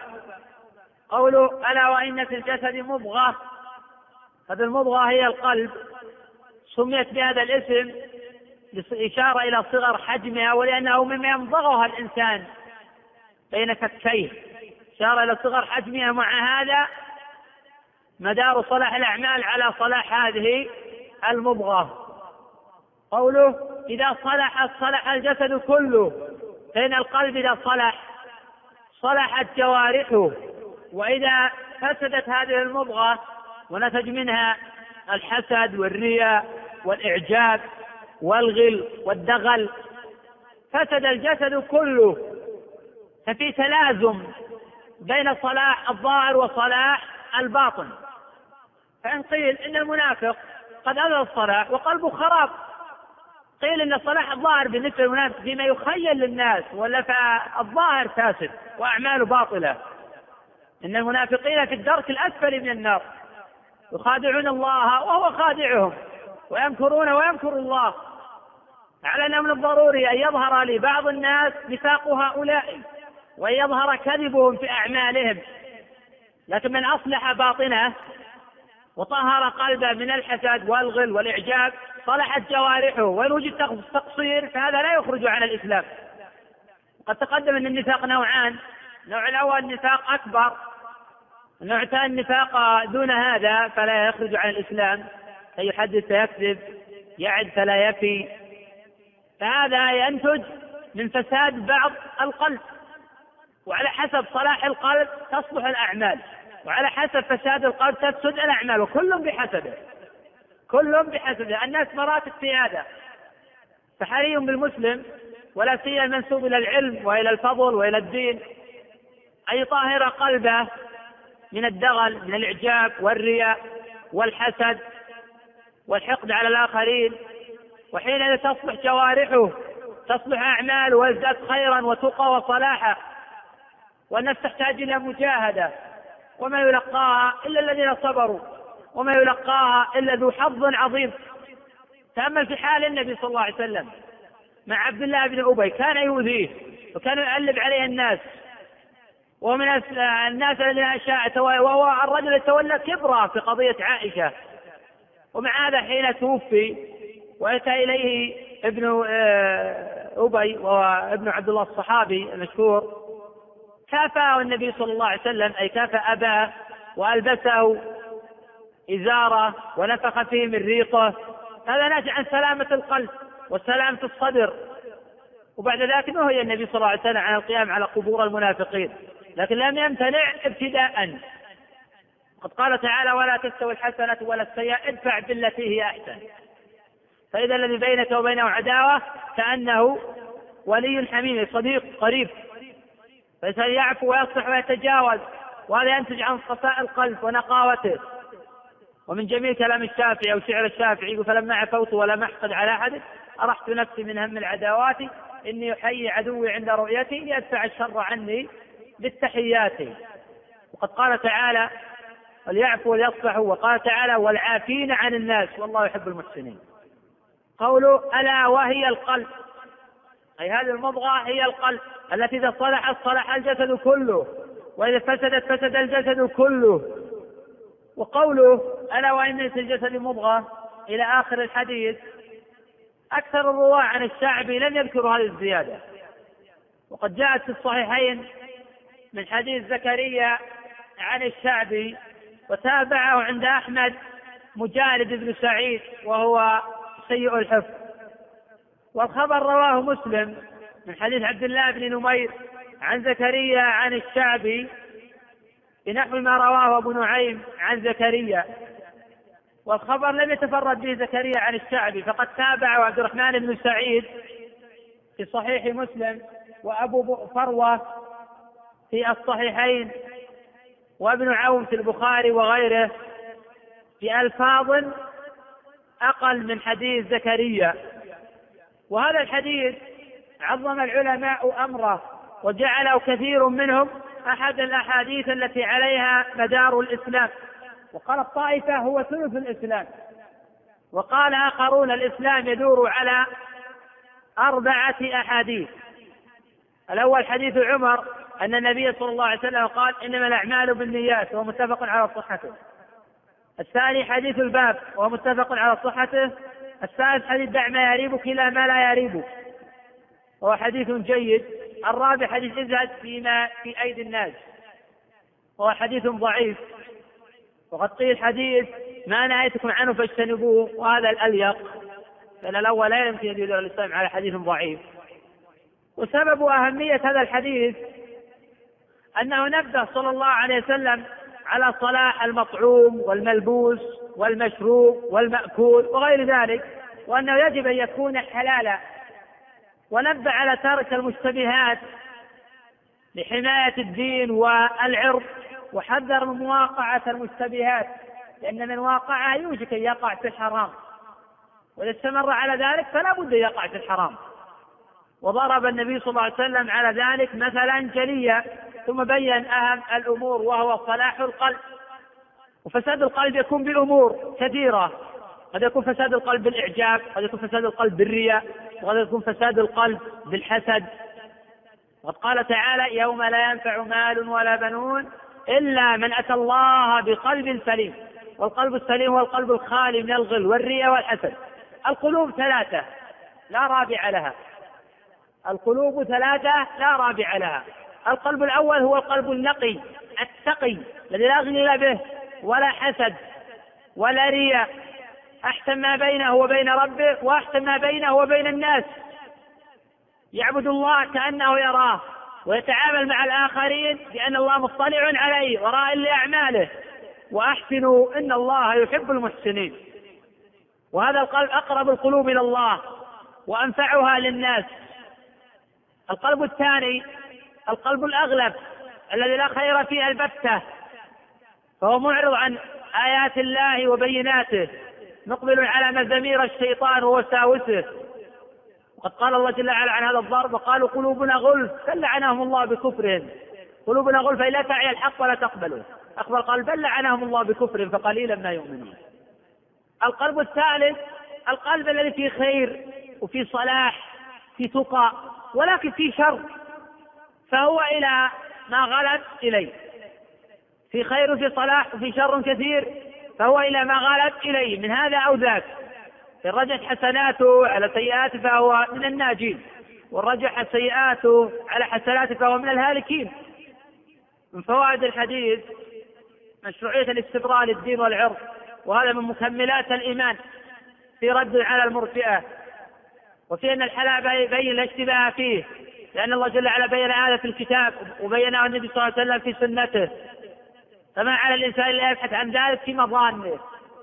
قوله ألا وإن في الجسد مضغة، هذه المضغة هي القلب، سميت بهذا الاسم إشارة إلى صغر حجمها، ولأنه مما يمضغها الإنسان بين كفيه، إشارة إلى صغر حجمها. مع هذا مدار صلاح الأعمال على صلاح هذه المضغة. قوله إذا صلح الجسد كله، فإن القلب إذا صلحت جوارحه، وإذا فسدت هذه المضغة ونتج منها الحسد والرياء والإعجاب والغل والدغل فسد الجسد كله. ففي تلازم بين صلاح الظاهر وصلاح الباطن. فإن قيل إن المنافق قد أذى الصلاح وقلبه خراب، قيل إن صلاح الظاهر بالنسبة للمنافق فيما يخيل للناس، ولا فالظاهر فاسد وأعماله باطلة. إن المنافقين في الدرك الأسفل من النار، يخادعون الله وهو خادعهم، ويمكرون ويمكر الله. على أن من الضروري أن يظهر لبعض الناس نفاق هؤلاء، وأن يظهر كذبهم في أعمالهم، لكن من أصلح باطنه وطهر قلبه من الحسد والغل والإعجاب صلحت جوارحه، وإن وجد تقصير فهذا لا يخرج عن الإسلام. قد تقدم أن النفاق نوعان: النوع الأول نفاق أكبر، النوع الثاني نفاق دون هذا فلا يخرج عن الإسلام، فيحدث فيكذب، يعد فلا يفي. فهذا ينتج من فساد بعض القلب، وعلى حسب صلاح القلب تصلح الأعمال، وعلى حسب فساد القلب تفسد الأعمال، وكل بحسبه، كل بحسبه. الناس مراتب في هذا، فحري بالمسلم ولا سيما المنسوب إلى العلم وإلى الفضل وإلى الدين أن يطهر قلبه من الدغل، من الإعجاب والرياء والحسد والحقد على الآخرين. وحين تصلح جوارحه تصلح أعماله ويزداد خيرا وتقى وصلاحا. والنفس تحتاج إلى مجاهدة، وما يلقاها إلا الذين صبروا، وما يلقاها إلا ذو حظ عظيم. تأمل في حال النبي صلى الله عليه وسلم مع عبد الله بن أبي، كان يؤذيه وكان يقلب عليه الناس، ومن الناس الذين وهو الرجل يتولى كبرى في قضية عائشة. ومع هذا حين توفي وأتى إليه ابن أبي وابن عبد الله الصحابي المشهور، كافأه النبي صلى الله عليه وسلم، أي كافأ أباه وألبسه إزاره ونفخ فيه من ريقه. هذا ناتج عن سلامة القلب وسلامة الصدر. وبعد ذلك نهي النبي صلى الله عليه وسلم عن القيام على قبور المنافقين، لكن لم يمتنع ابتداء. قد قال تعالى: ولا تستوي الحسنة ولا السيئة ادفع بالتي هي أحسن، فإذا الذي بينك وبينه عداوة كأنه ولي حميم، صديق قريب، فسيعفو ويصلح ويتجاوز وهذا ينتج عن صفاء القلب ونقاوته. ومن جميل كلام الشافعي أو شعر الشافعي يقول: فلما عفوت ولم أحقد على أحد أرحت نفسي من هم العداوات، إني أحيي عدوي عند رؤيتي ليدفع الشر عني بالتحيات. وقد قال تعالى: وليعفوا وليصفحوا، وقال تعالى: والعافين عن الناس والله يحب المحسنين. قوله: ألا وهي القلب، أي هذه المضغة هي القلب التي إذا صلحت صلح الجسد كله، وإذا فسدت فسد الجسد كله. وقوله: ألا وإن في الجسد مضغة إلى آخر الحديث، أكثر الرواة عن الشعبي لم يذكروا هذه الزيادة، وقد جاءت في الصحيحين من حديث زكريا عن الشعبي، وتابعه عند أحمد مجالد بن سعيد وهو سيء الحفظ. والخبر رواه مسلم من حديث عبد الله بن نمير عن زكريا عن الشعبي بنحو ما رواه أبو نعيم عن زكريا. والخبر لم يتفرد به زكريا عن الشعبي، فقد تابعه عبد الرحمن بن سعيد في صحيح مسلم، وأبو فروة في الصحيحين، وابن عون في البخاري وغيره بألفاظ أقل من حديث زكريا. وهذا الحديث عظم العلماء أمره، وجعله كثير منهم أحد الأحاديث التي عليها مدار الإسلام. وقال الطائفة: هو ثلث الإسلام. وقال آخرون: الإسلام يدور على 4 أحاديث. الأول حديث عمر أن النبي صلى الله عليه وسلم قال: إنما الأعمال بالنيات، وهو متفق على صحته. الثاني حديث الباب، وهو متفق على صحته. الثالث حديث: دع ما يريبك إلى ما لا يريبك، وهو حديث جيد. الرابع حديث: ازهد فيما في أيدي الناس، وهو حديث ضعيف. وقد قيل حديث: ما نهيتكم عنه فاجتنبوه، وهذا الأليق، لأن الأول لا يمكن أن يدل الإسلام على حديث ضعيف. وسبب أهمية هذا الحديث أنه نبه صلى الله عليه وسلم على صلاح المطعوم والملبوس والمشروب والمأكول وغير ذلك، وأنه يجب أن يكون حلالا. ونبه على ترك المشتبهات لحماية الدين والعرض، وحذر من مواقعة المشتبهات، لأن من واقعها يوشك أن يقع في الحرام، وإذا استمر على ذلك فلا بد أن يقع في الحرام. وضرب النبي صلى الله عليه وسلم على ذلك مثلا جليا، ثم بين أهم الأمور وهو صلاح القلب. وفساد القلب يكون بأمور كثيرة، قد يكون فساد القلب بالإعجاب، قد يكون فساد القلب بالرياء، وقد يكون فساد القلب بالحسد. وقد قال تعالى: يوم لا ينفع مال ولا بنون إلا من أتى الله بقلب سليم. والقلب السليم هو القلب الخالي من الغل والرياء والحسد. القلوب 3 لا رابع لها، القلوب 3 لا رابع لها. القلب الأول هو القلب النقي التقي الذي لا غل به ولا حسد ولا رياء، أحسن ما بينه وبين ربه وأحسن ما بينه وبين الناس، يعبد الله كأنه يراه، ويتعامل مع الآخرين بأن الله مطلع عليه وراء لأعماله، وأحسنوا إن الله يحب المحسنين. وهذا القلب أقرب القلوب إلى الله وأنفعها للناس. القلب الثاني القلب الأغلب الذي لا خير فيه البتة، فهو معرض عن آيات الله وبيناته، مقبل على مزامير الشيطان ووساوسه. وقد قال الله جل وعلا عن هذا الضرب: وقالوا قلوبنا غلف بل لعنهم الله بكفرهم. قلوبنا غلف أي لا تعي الحق ولا تقبله. أخبر قال: بل لعنهم الله بكفرهم فقليلا ما يؤمنون. القلب الثالث القلب الذي فيه خير وفيه صلاح، فيه تقى، ولكن فيه شر، فهو إلى ما غلب إليه. في خير وفي صلاح وفي شر كثير، فهو إلى ما غلب إليه من هذا أو ذاك. إن رجت حسناته على سيئاته فهو من الناجين، وإن رجح سيئاته على حسناته فهو من الهالكين. من فوائد الحديث مشروعية الاستبراء للدين والعرض، وهذا من مكملات الإيمان في رد على المرجئة، وفي أن الحلال يبين الاشتباه فيه، لأن الله جل وعلا بين هذا في الكتاب وبينه النبي صلى الله عليه وسلم في سنته، فما على الإنسان إلا يبحث عن ذلك في مظانه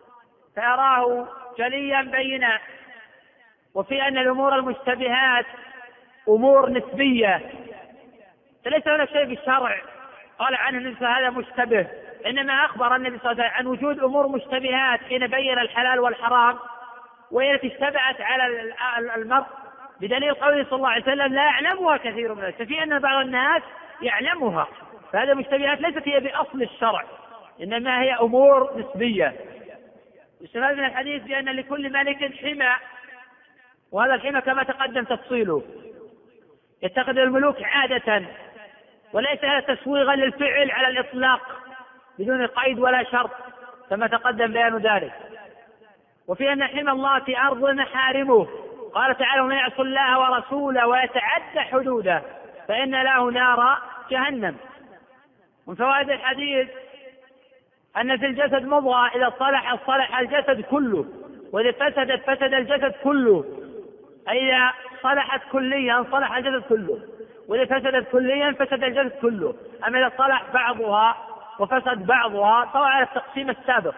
فيراه جليا بينا. وفي أن الأمور المشتبهات أمور نسبية، فليس هناك شيء بالشرع قال عنه النبي هذا مشتبه، إنما أخبر النبي صلى الله عليه وسلم عن وجود أمور مشتبهات حين بين الحلال والحرام وهي التي اشتبهت على المرء، بدليل قوله صلى الله عليه وسلم لا يعلمها كثير من الناس، ففي أن بعض الناس يعلمها، فهذه مشتبهات ليست هي بأصل الشرع، إنما هي أمور نسبية. يستفاد من الحديث بأن لكل ملك حمى، وهذا الحمى كما تقدم تفصيله يتخذ الملوك عادة وليس تسويغا للفعل على الإطلاق بدون قيد ولا شرط كما تقدم بيان ذلك. وفي أن حمى الله في أرض محارمه، قال تعالى ومن يعص الله ورسوله ويتعدى حدوده فإن له نار جهنم. من فوائد الحديث أن في الجسد مضغة إذا صلح الجسد كله، وإذا فسدت فسد الجسد كله، أي إذا صلحت كليا صلح الجسد كله، وإذا فسدت كليا فسد الجسد كله. أما إذا صلح بعضها وفسد بعضها فهو على التقسيم السابق،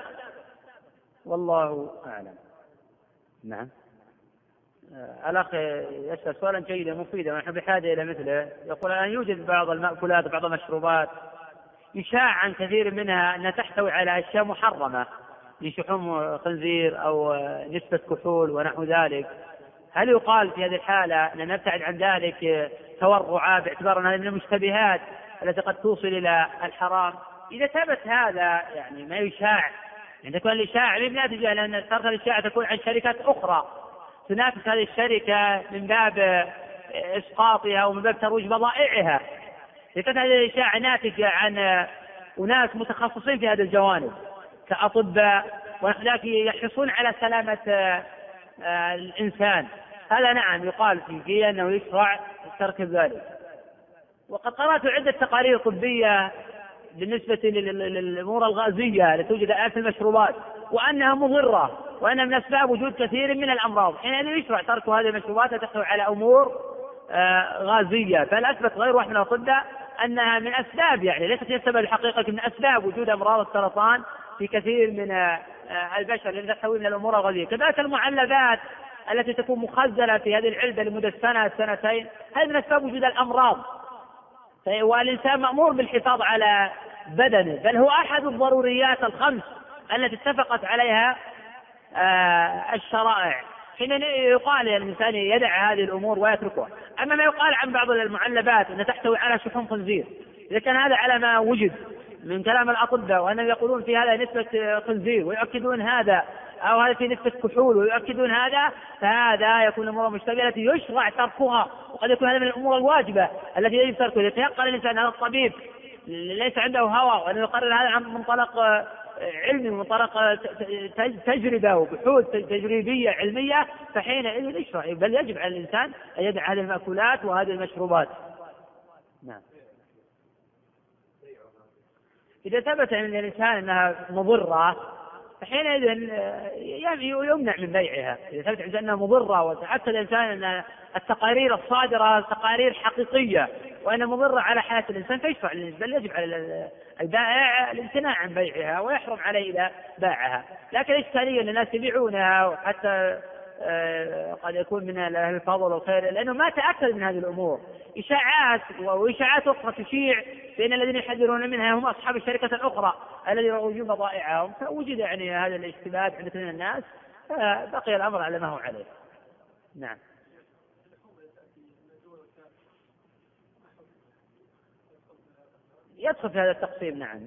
والله أعلم. نعم. الأخ يسأل سؤالا جيدا مفيدا ونحن بحاجة إلى مثله، يقول أن يوجد بعض المأكولات وبعض المشروبات يشاع عن كثير منها أنها تحتوي على أشياء محرمة من شحوم خنزير أو نسبة كحول ونحو ذلك، هل يقال في هذه الحالة أن نبتعد عن ذلك تورعا باعتبار أن هذه من المشتبهات التي قد توصل إلى الحرام؟ إذا ثبت هذا يعني ما يشاع، يعني تكون الإشاعة لا تجاه، لأن صارت الإشاعة تكون عن شركات أخرى تنافس هذه الشركة من باب إسقاطها ومن باب ترويج بضائعها. إذا كانت هذه الإشاعة ناتجة عن أناس متخصصين في هذا الجوانب كأطباء ونحن يحرصون على سلامة الإنسان، هذا نعم يقال فيه أنه يشرع ترك ذلك. وقد قرأت عدة تقارير طبية بالنسبة للأمور الغازية التي توجد الآن في المشروبات وأنها مضرة وأنها من أسباب وجود كثير من الأمراض، حينئذ يشرع ترك هذه المشروبات تحتوي على أمور غازية. بل أثبت غير واحد من الأطباء أنها من أسباب، يعني ليست هي السبب الحقيقي، من أسباب وجود أمراض السرطان في كثير من البشر التي تحتوي من الأمور الغازية. كذلك المعلبات التي تكون مخزنة في هذه العلبة لمدة سنة سنتين، هذه من أسباب وجود الأمراض. والإنسان مأمور بالحفاظ على بدنه، بل هو أحد الضروريات الخمس التي اتفقت عليها الشرائع. حين يقال الإنسان يدع هذه الأمور ويتركها. أما ما يقال عن بعض المعلبات أنها تحتوي على شحوم خنزير، إذا كان هذا على ما وجد من كلام الأطباء وأنهم يقولون في هذا نسبة خنزير ويؤكدون هذا، أو هذا في نسبة كحول ويؤكدون هذا، فهذا يكون الأمور المشتبهة التي يشرع تركها، وقد يكون هذا من الأمور الواجبة التي يجب تركها. يتيقن الإنسان هذا الطبيب ليس عنده هوى وأنه يقرر هذا عن منطلق علمي ومنطلق تجربة وبحوث تجريبية علمية، فحينئذ يشرع، بل يجب على الإنسان أن يدع هذه المأكولات وهذه المشروبات. نعم. إذا ثبت من الإنسان أنها مضرة فحينئذ يمنع من بيعها. إذا ثبت عند أنها مضرة وتأكد الإنسان أن التقارير الصادرة تقارير حقيقية وأنها مضرة على حياة الإنسان فيشرع، بل يجب على البائع الامتناع عن بيعها ويحرم عليه إلى باعها. لكن الإشكالية أن الناس يبيعونها وحتى قد يكون من أهل الفضل والخير لأنه ما تأكد من هذه الأمور، إشاعات وإشاعات أخرى تشيع بأن الذين يحذرون منها هم أصحاب الشركة الأخرى الذي يروجون بضائعهم، فوجد يعني هذا الاشتباه عند من الناس، فبقي الأمر على ما هو عليه. نعم. يدخل في هذا التقسيم. نعم.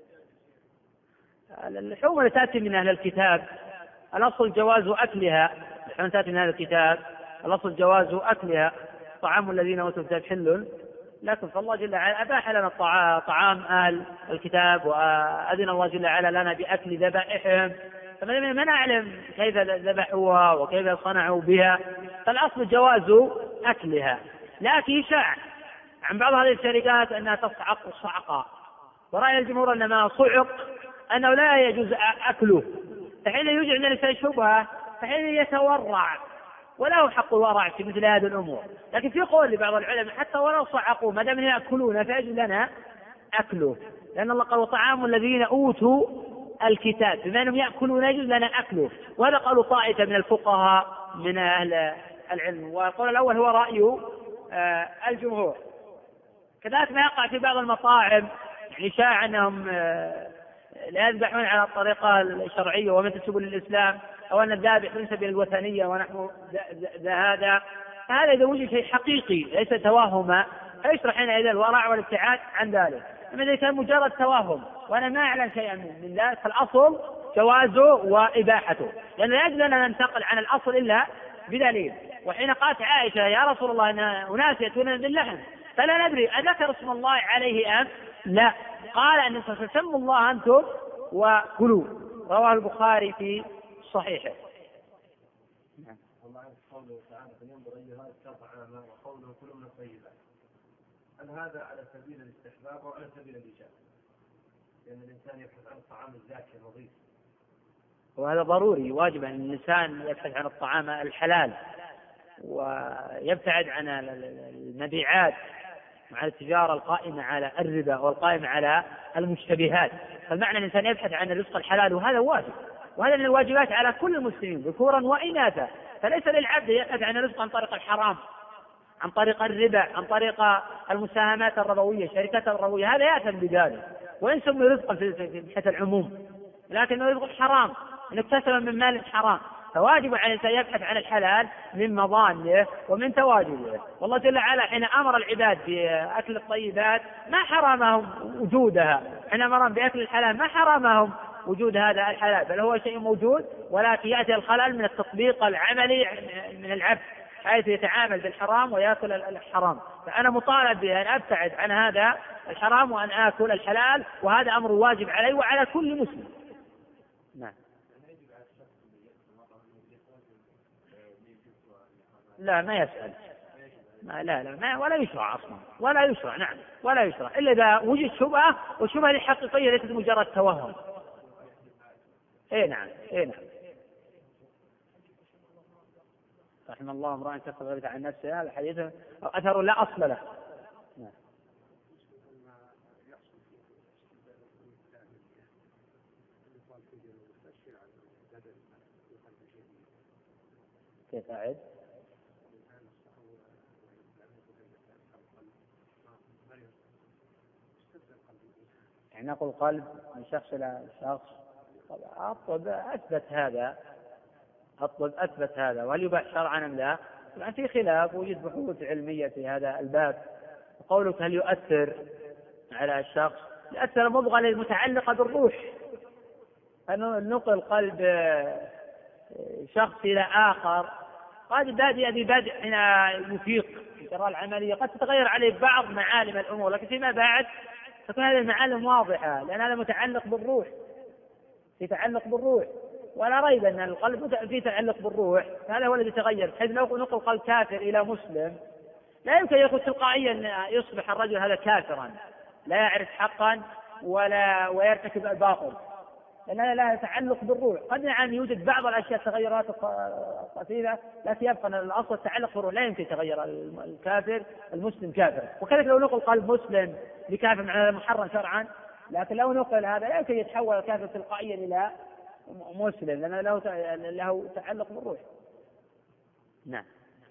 اللحوم التي تأتي من أهل الكتاب الأصل جواز أكلها، اللحوم تأتي من أهل الكتاب الأصل جواز أكلها، طعام الذين أوتوا الكتاب حل لكن، فالله جل وعلا أباح لنا طعام أهل الكتاب وأذن الله جل وعلا لنا بأكل ذبائحهم، فما نعلم كيف ذبحوها وكيف صنعوا بها، فالأصل جواز أكلها. لكن يشاع عن بعض هذه الشركات أنها تصعق صعقا، ورأي الجمهور أن ما صعق أنه لا يجوز أكله، فحين يوجد عند الإنسان شبهة فحين يتورع وله حق الورع في مثل هذه الأمور. لكن في قول لبعض العلماء حتى ولو صعقوا ما دام يأكلون فيجوز لنا أكله، لأن الله قال وطعام الذين أوتوا الكتاب، بما أنهم يأكلون يجوز لنا أكله، وهذا قالوا طائفة من الفقهاء من أهل العلم، والقول الأول هو رأي الجمهور. كذلك ما يقع في بعض المطاعم يعني شاع أنهم لا يذبحون على الطريقة الشرعية ومن تسبل الإسلام، أو أن الذابح ينسب إلى الوثنية ونحو هذا إذا وجد شيء حقيقي ليس توهما فيشرح حينئذ الورع والابتعاد عن ذلك. أما إذا كان مجرد توهم وأنا ما أعلم شيئا من ذلك فالأصل جوازه وإباحته، لأن لا يجوز أن ننتقل عن الأصل إلا بدليل. وحين قالت عائشة يا رسول الله إن أناس يأتون باللحم فلا ندري أذكر اسم الله عليه أم لا، قال أن سموا الله أنتم وكلوا، رواه البخاري في صحيحه. الله قوله تعالى فلينظر أيها أزكى طعاما وقوله كلوا من الطيبات، هل هذا على سبيل الاستحباب أو على سبيل الإيجاب؟ لأن الإنسان يبحث عن الطعام الزاكي النظيف، وهذا ضروري واجب أن الإنسان يبحث عن الطعام الحلال ويبتعد عن المبيعات مع التجارة القائمة على الربا والقائمة على المشتبهات. فالمعنى الإنسان يبحث عن الرزق الحلال وهذا واجب، وهذا من الواجبات على كل المسلمين ذكورا وإناثا. فليس للعبد يبحث عن الرزق عن طريق الحرام، عن طريق الربا، عن طريق المساهمات الربوية، الشركات الربوية، هذا يأثم بذلك وإن سمي رزقا في حيث العموم، لكنه رزق حرام إن اكتسب من مال حرام. فواجب على الإنسان يبحث عن الحلال من مظانه ومن تواجده. والله جل وعلا حين أمر العباد بأكل الطيبات ما حرمهم وجودها، حين أمرهم بأكل الحلال ما حرمهم وجود هذا الحلال، بل هو شيء موجود، ولكن يأتي الخلل من التطبيق العملي من العبد حيث يتعامل بالحرام ويأكل الحرام. فأنا مطالب بأن أبتعد عن هذا الحرام وأن آكل الحلال، وهذا أمر واجب علي وعلى كل مسلم. نعم. لا ما يسأل، لا ولا يشرع أصلا، ولا يشرع. نعم ولا يشرع إلا إذا وجد شبهة، والشبهة الحقيقية ليست مجرد توهم. نعم. رحم الله امرأ كف غيرته عن نفسه، هذا حديث أثر لا أصل له. نعم. كيف أعد؟ يعني نقول قلب من شخص إلى شخص. الطب أثبت هذا، وهل يباح شرعا أم لا؟ يعني في خلاف، وجد بحوث علمية في هذا الباب. وقولك هل يؤثر على الشخص، يؤثر مضغة المتعلقة بالروح، أنه نقل قلب شخص إلى آخر قد بادئ حين يفيق إجراء العملية قد تتغير عليه بعض معالم الأمور، لكن فيما بعد تكون هذه المعالم واضحة، لأن هذا متعلق بالروح، في تعلق بالروح، ولا ريب أن القلب في تعلق بالروح، هذا هو الذي يتغير. حيث لو نقل قلب كافر إلى مسلم لا يمكن يكون تلقائيا يصبح الرجل هذا كافرا لا يعرف حقا ويرتكب الباطل، لأن هذا لا يتعلق بالروح. قد نعم يوجد بعض الأشياء تغيرات خفيفة، لكن يبقى الأصل التعلق بالروح، لا يمكن يتغير الكافر المسلم كافر. وكذلك لو نقل قلب مسلم لكافر معناه محرم شرعا، لكن لو نقل هذا لا يمكن يتحول الكافر تلقائيا إلى مسلم، لأن له تعلق بالروح. نعم.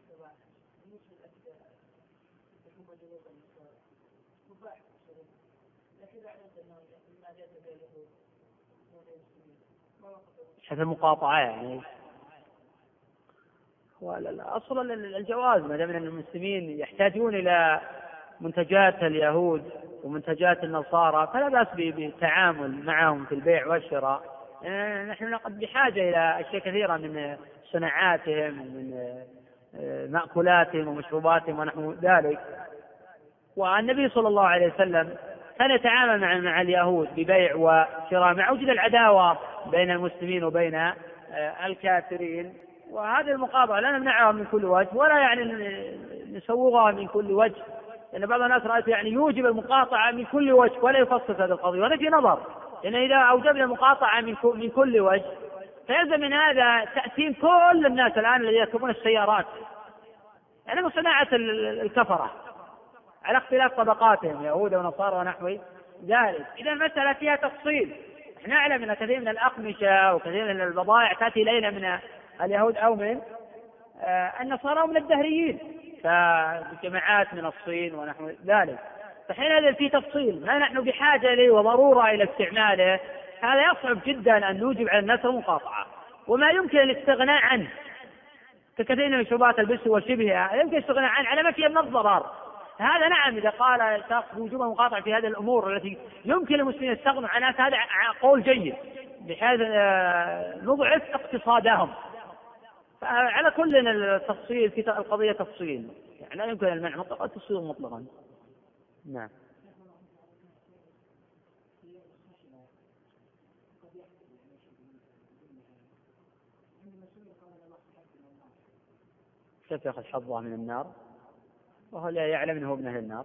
حتى المقاطعة يعني أصلا الجواز، ما دام أن المسلمين يحتاجون إلى منتجات اليهود ومنتجات النصارى فلا بأس بالتعامل معهم في البيع والشراء. نحن بحاجة إلى أشياء كثيرة من صناعاتهم ومن مأكولاتهم ومشروباتهم ونحو ذلك. والنبي صلى الله عليه وسلم كان يتعامل مع اليهود ببيع وشراء مع وجود العداوة بين المسلمين وبين الكافرين، وهذه المقابلة لا نمنعها من كل وجه ولا يعني نسوغها من كل وجه، لأن بعض الناس رأيت يعني يوجب المقاطعة من كل وجه ولا يفصل هذه القضية، وهذا في نظر، لأن إذا أوجبنا المقاطعة من كل وجه فيلزم من هذا تأثيم كل الناس الآن الذين يركبون السيارات، يعني من صناعة الكفرة على اختلاف طبقاتهم يهود ونصارى ونحو ذلك. إذا المسألة فيها تفصيل. نحن نعلم أن كثير من الأقمشة وكثير من البضائع تأتي إلينا من اليهود أو من النصارى ومن الدهريين كجماعات من الصين ونحو ذلك. فحينئذ في تفصيل ما نحن بحاجة إليه وضرورة إلى استعماله، هذا يصعب جدا أن نوجب على الناس المقاطعة، وما يمكن الاستغناء عنه ككثير من شبهات البس وشبهها يمكن الاستغناء عنه على ما فيه من الضرر. هذا نعم إذا قال شخص بوجوب المقاطعة في هذه الأمور التي يمكن المسلمين يستغنوا عنها هذا قول جيد بحيث نضعف اقتصادهم. فعلى كل التفصيل في القضية تفصيل، يعني لا يمكن المنع مطلقا التفصيل مطلقا. نعم. كيف يأخذ حظه من النار وهو لا يعلم أنه ابن أهل النار؟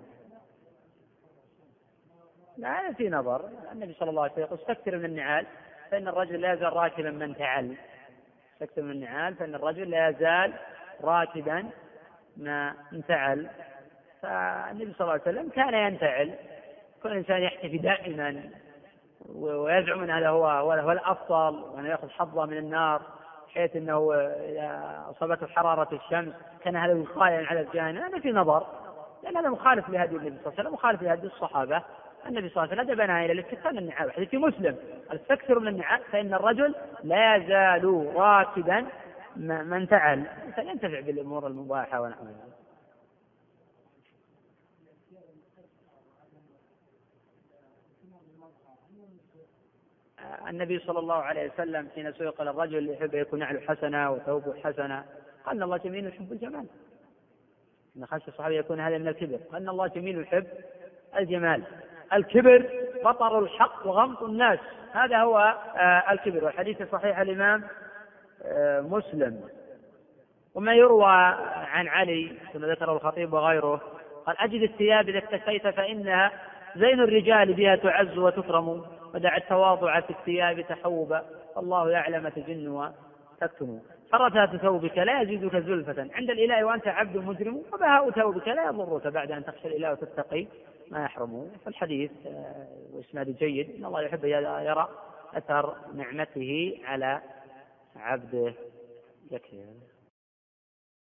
لا هذا في نظر. النبي صلى الله عليه وسلم يقول استكثر من النعال فإن الرجل لا يزال راكبا من تعل. استكثر من النعال فإن الرجل لا يزال راكبا ما انتعل. فالنبي صلى الله عليه وسلم كان ينتعل، كل إنسان يحتفي دائما ويزعم أن هذا هو الأفضل وأنه يأخذ حظه من النار بحيث أنه إذا أصابته حرارة الشمس كان هذا وقاية على الجانب. هذا في نظر، لأن هذا مخالف لهدي النبي صلى الله عليه وسلم، مخالف لهدي الصحابة. النبي صلى الله عليه وسلم دعانا إلى الاستكثار من النعال. حديث مسلم استكثر من النعال فإن الرجل لا يزال راكبا من تعل، فلينتفع بالأمور المباحة ونحوها. النبي صلى الله عليه وسلم حين سئل الرجل يحب يكون نعله حسنة وثوبه حسنة قال إن الله جميل يحب الجمال. إن خشى الصحابة يكون هذا من الكبر، قال إن الله جميل يحب الجمال. الكبر بطر الحق وغمط الناس، هذا هو الكبر. والحديث صحيح الإمام مسلم. وما يروى عن علي كما ذكره الخطيب وغيره قال أجد الثياب إذا اكتسيت فإنها زين الرجال بها تعز وتكرم، ودع التواضع في الثياب تحوبا، الله يعلم تجن وتكتم، فرثات ثوبك لا يزيدك زلفة عند الإله وأنت عبد مجرم، وبهاء ثوبك لا يضرك بعد أن تخشى الإله وتتقي ما يحرمه. فالحديث وإسناد جيد، إن الله يحب يرى أثر نعمته على عبده. يكفي.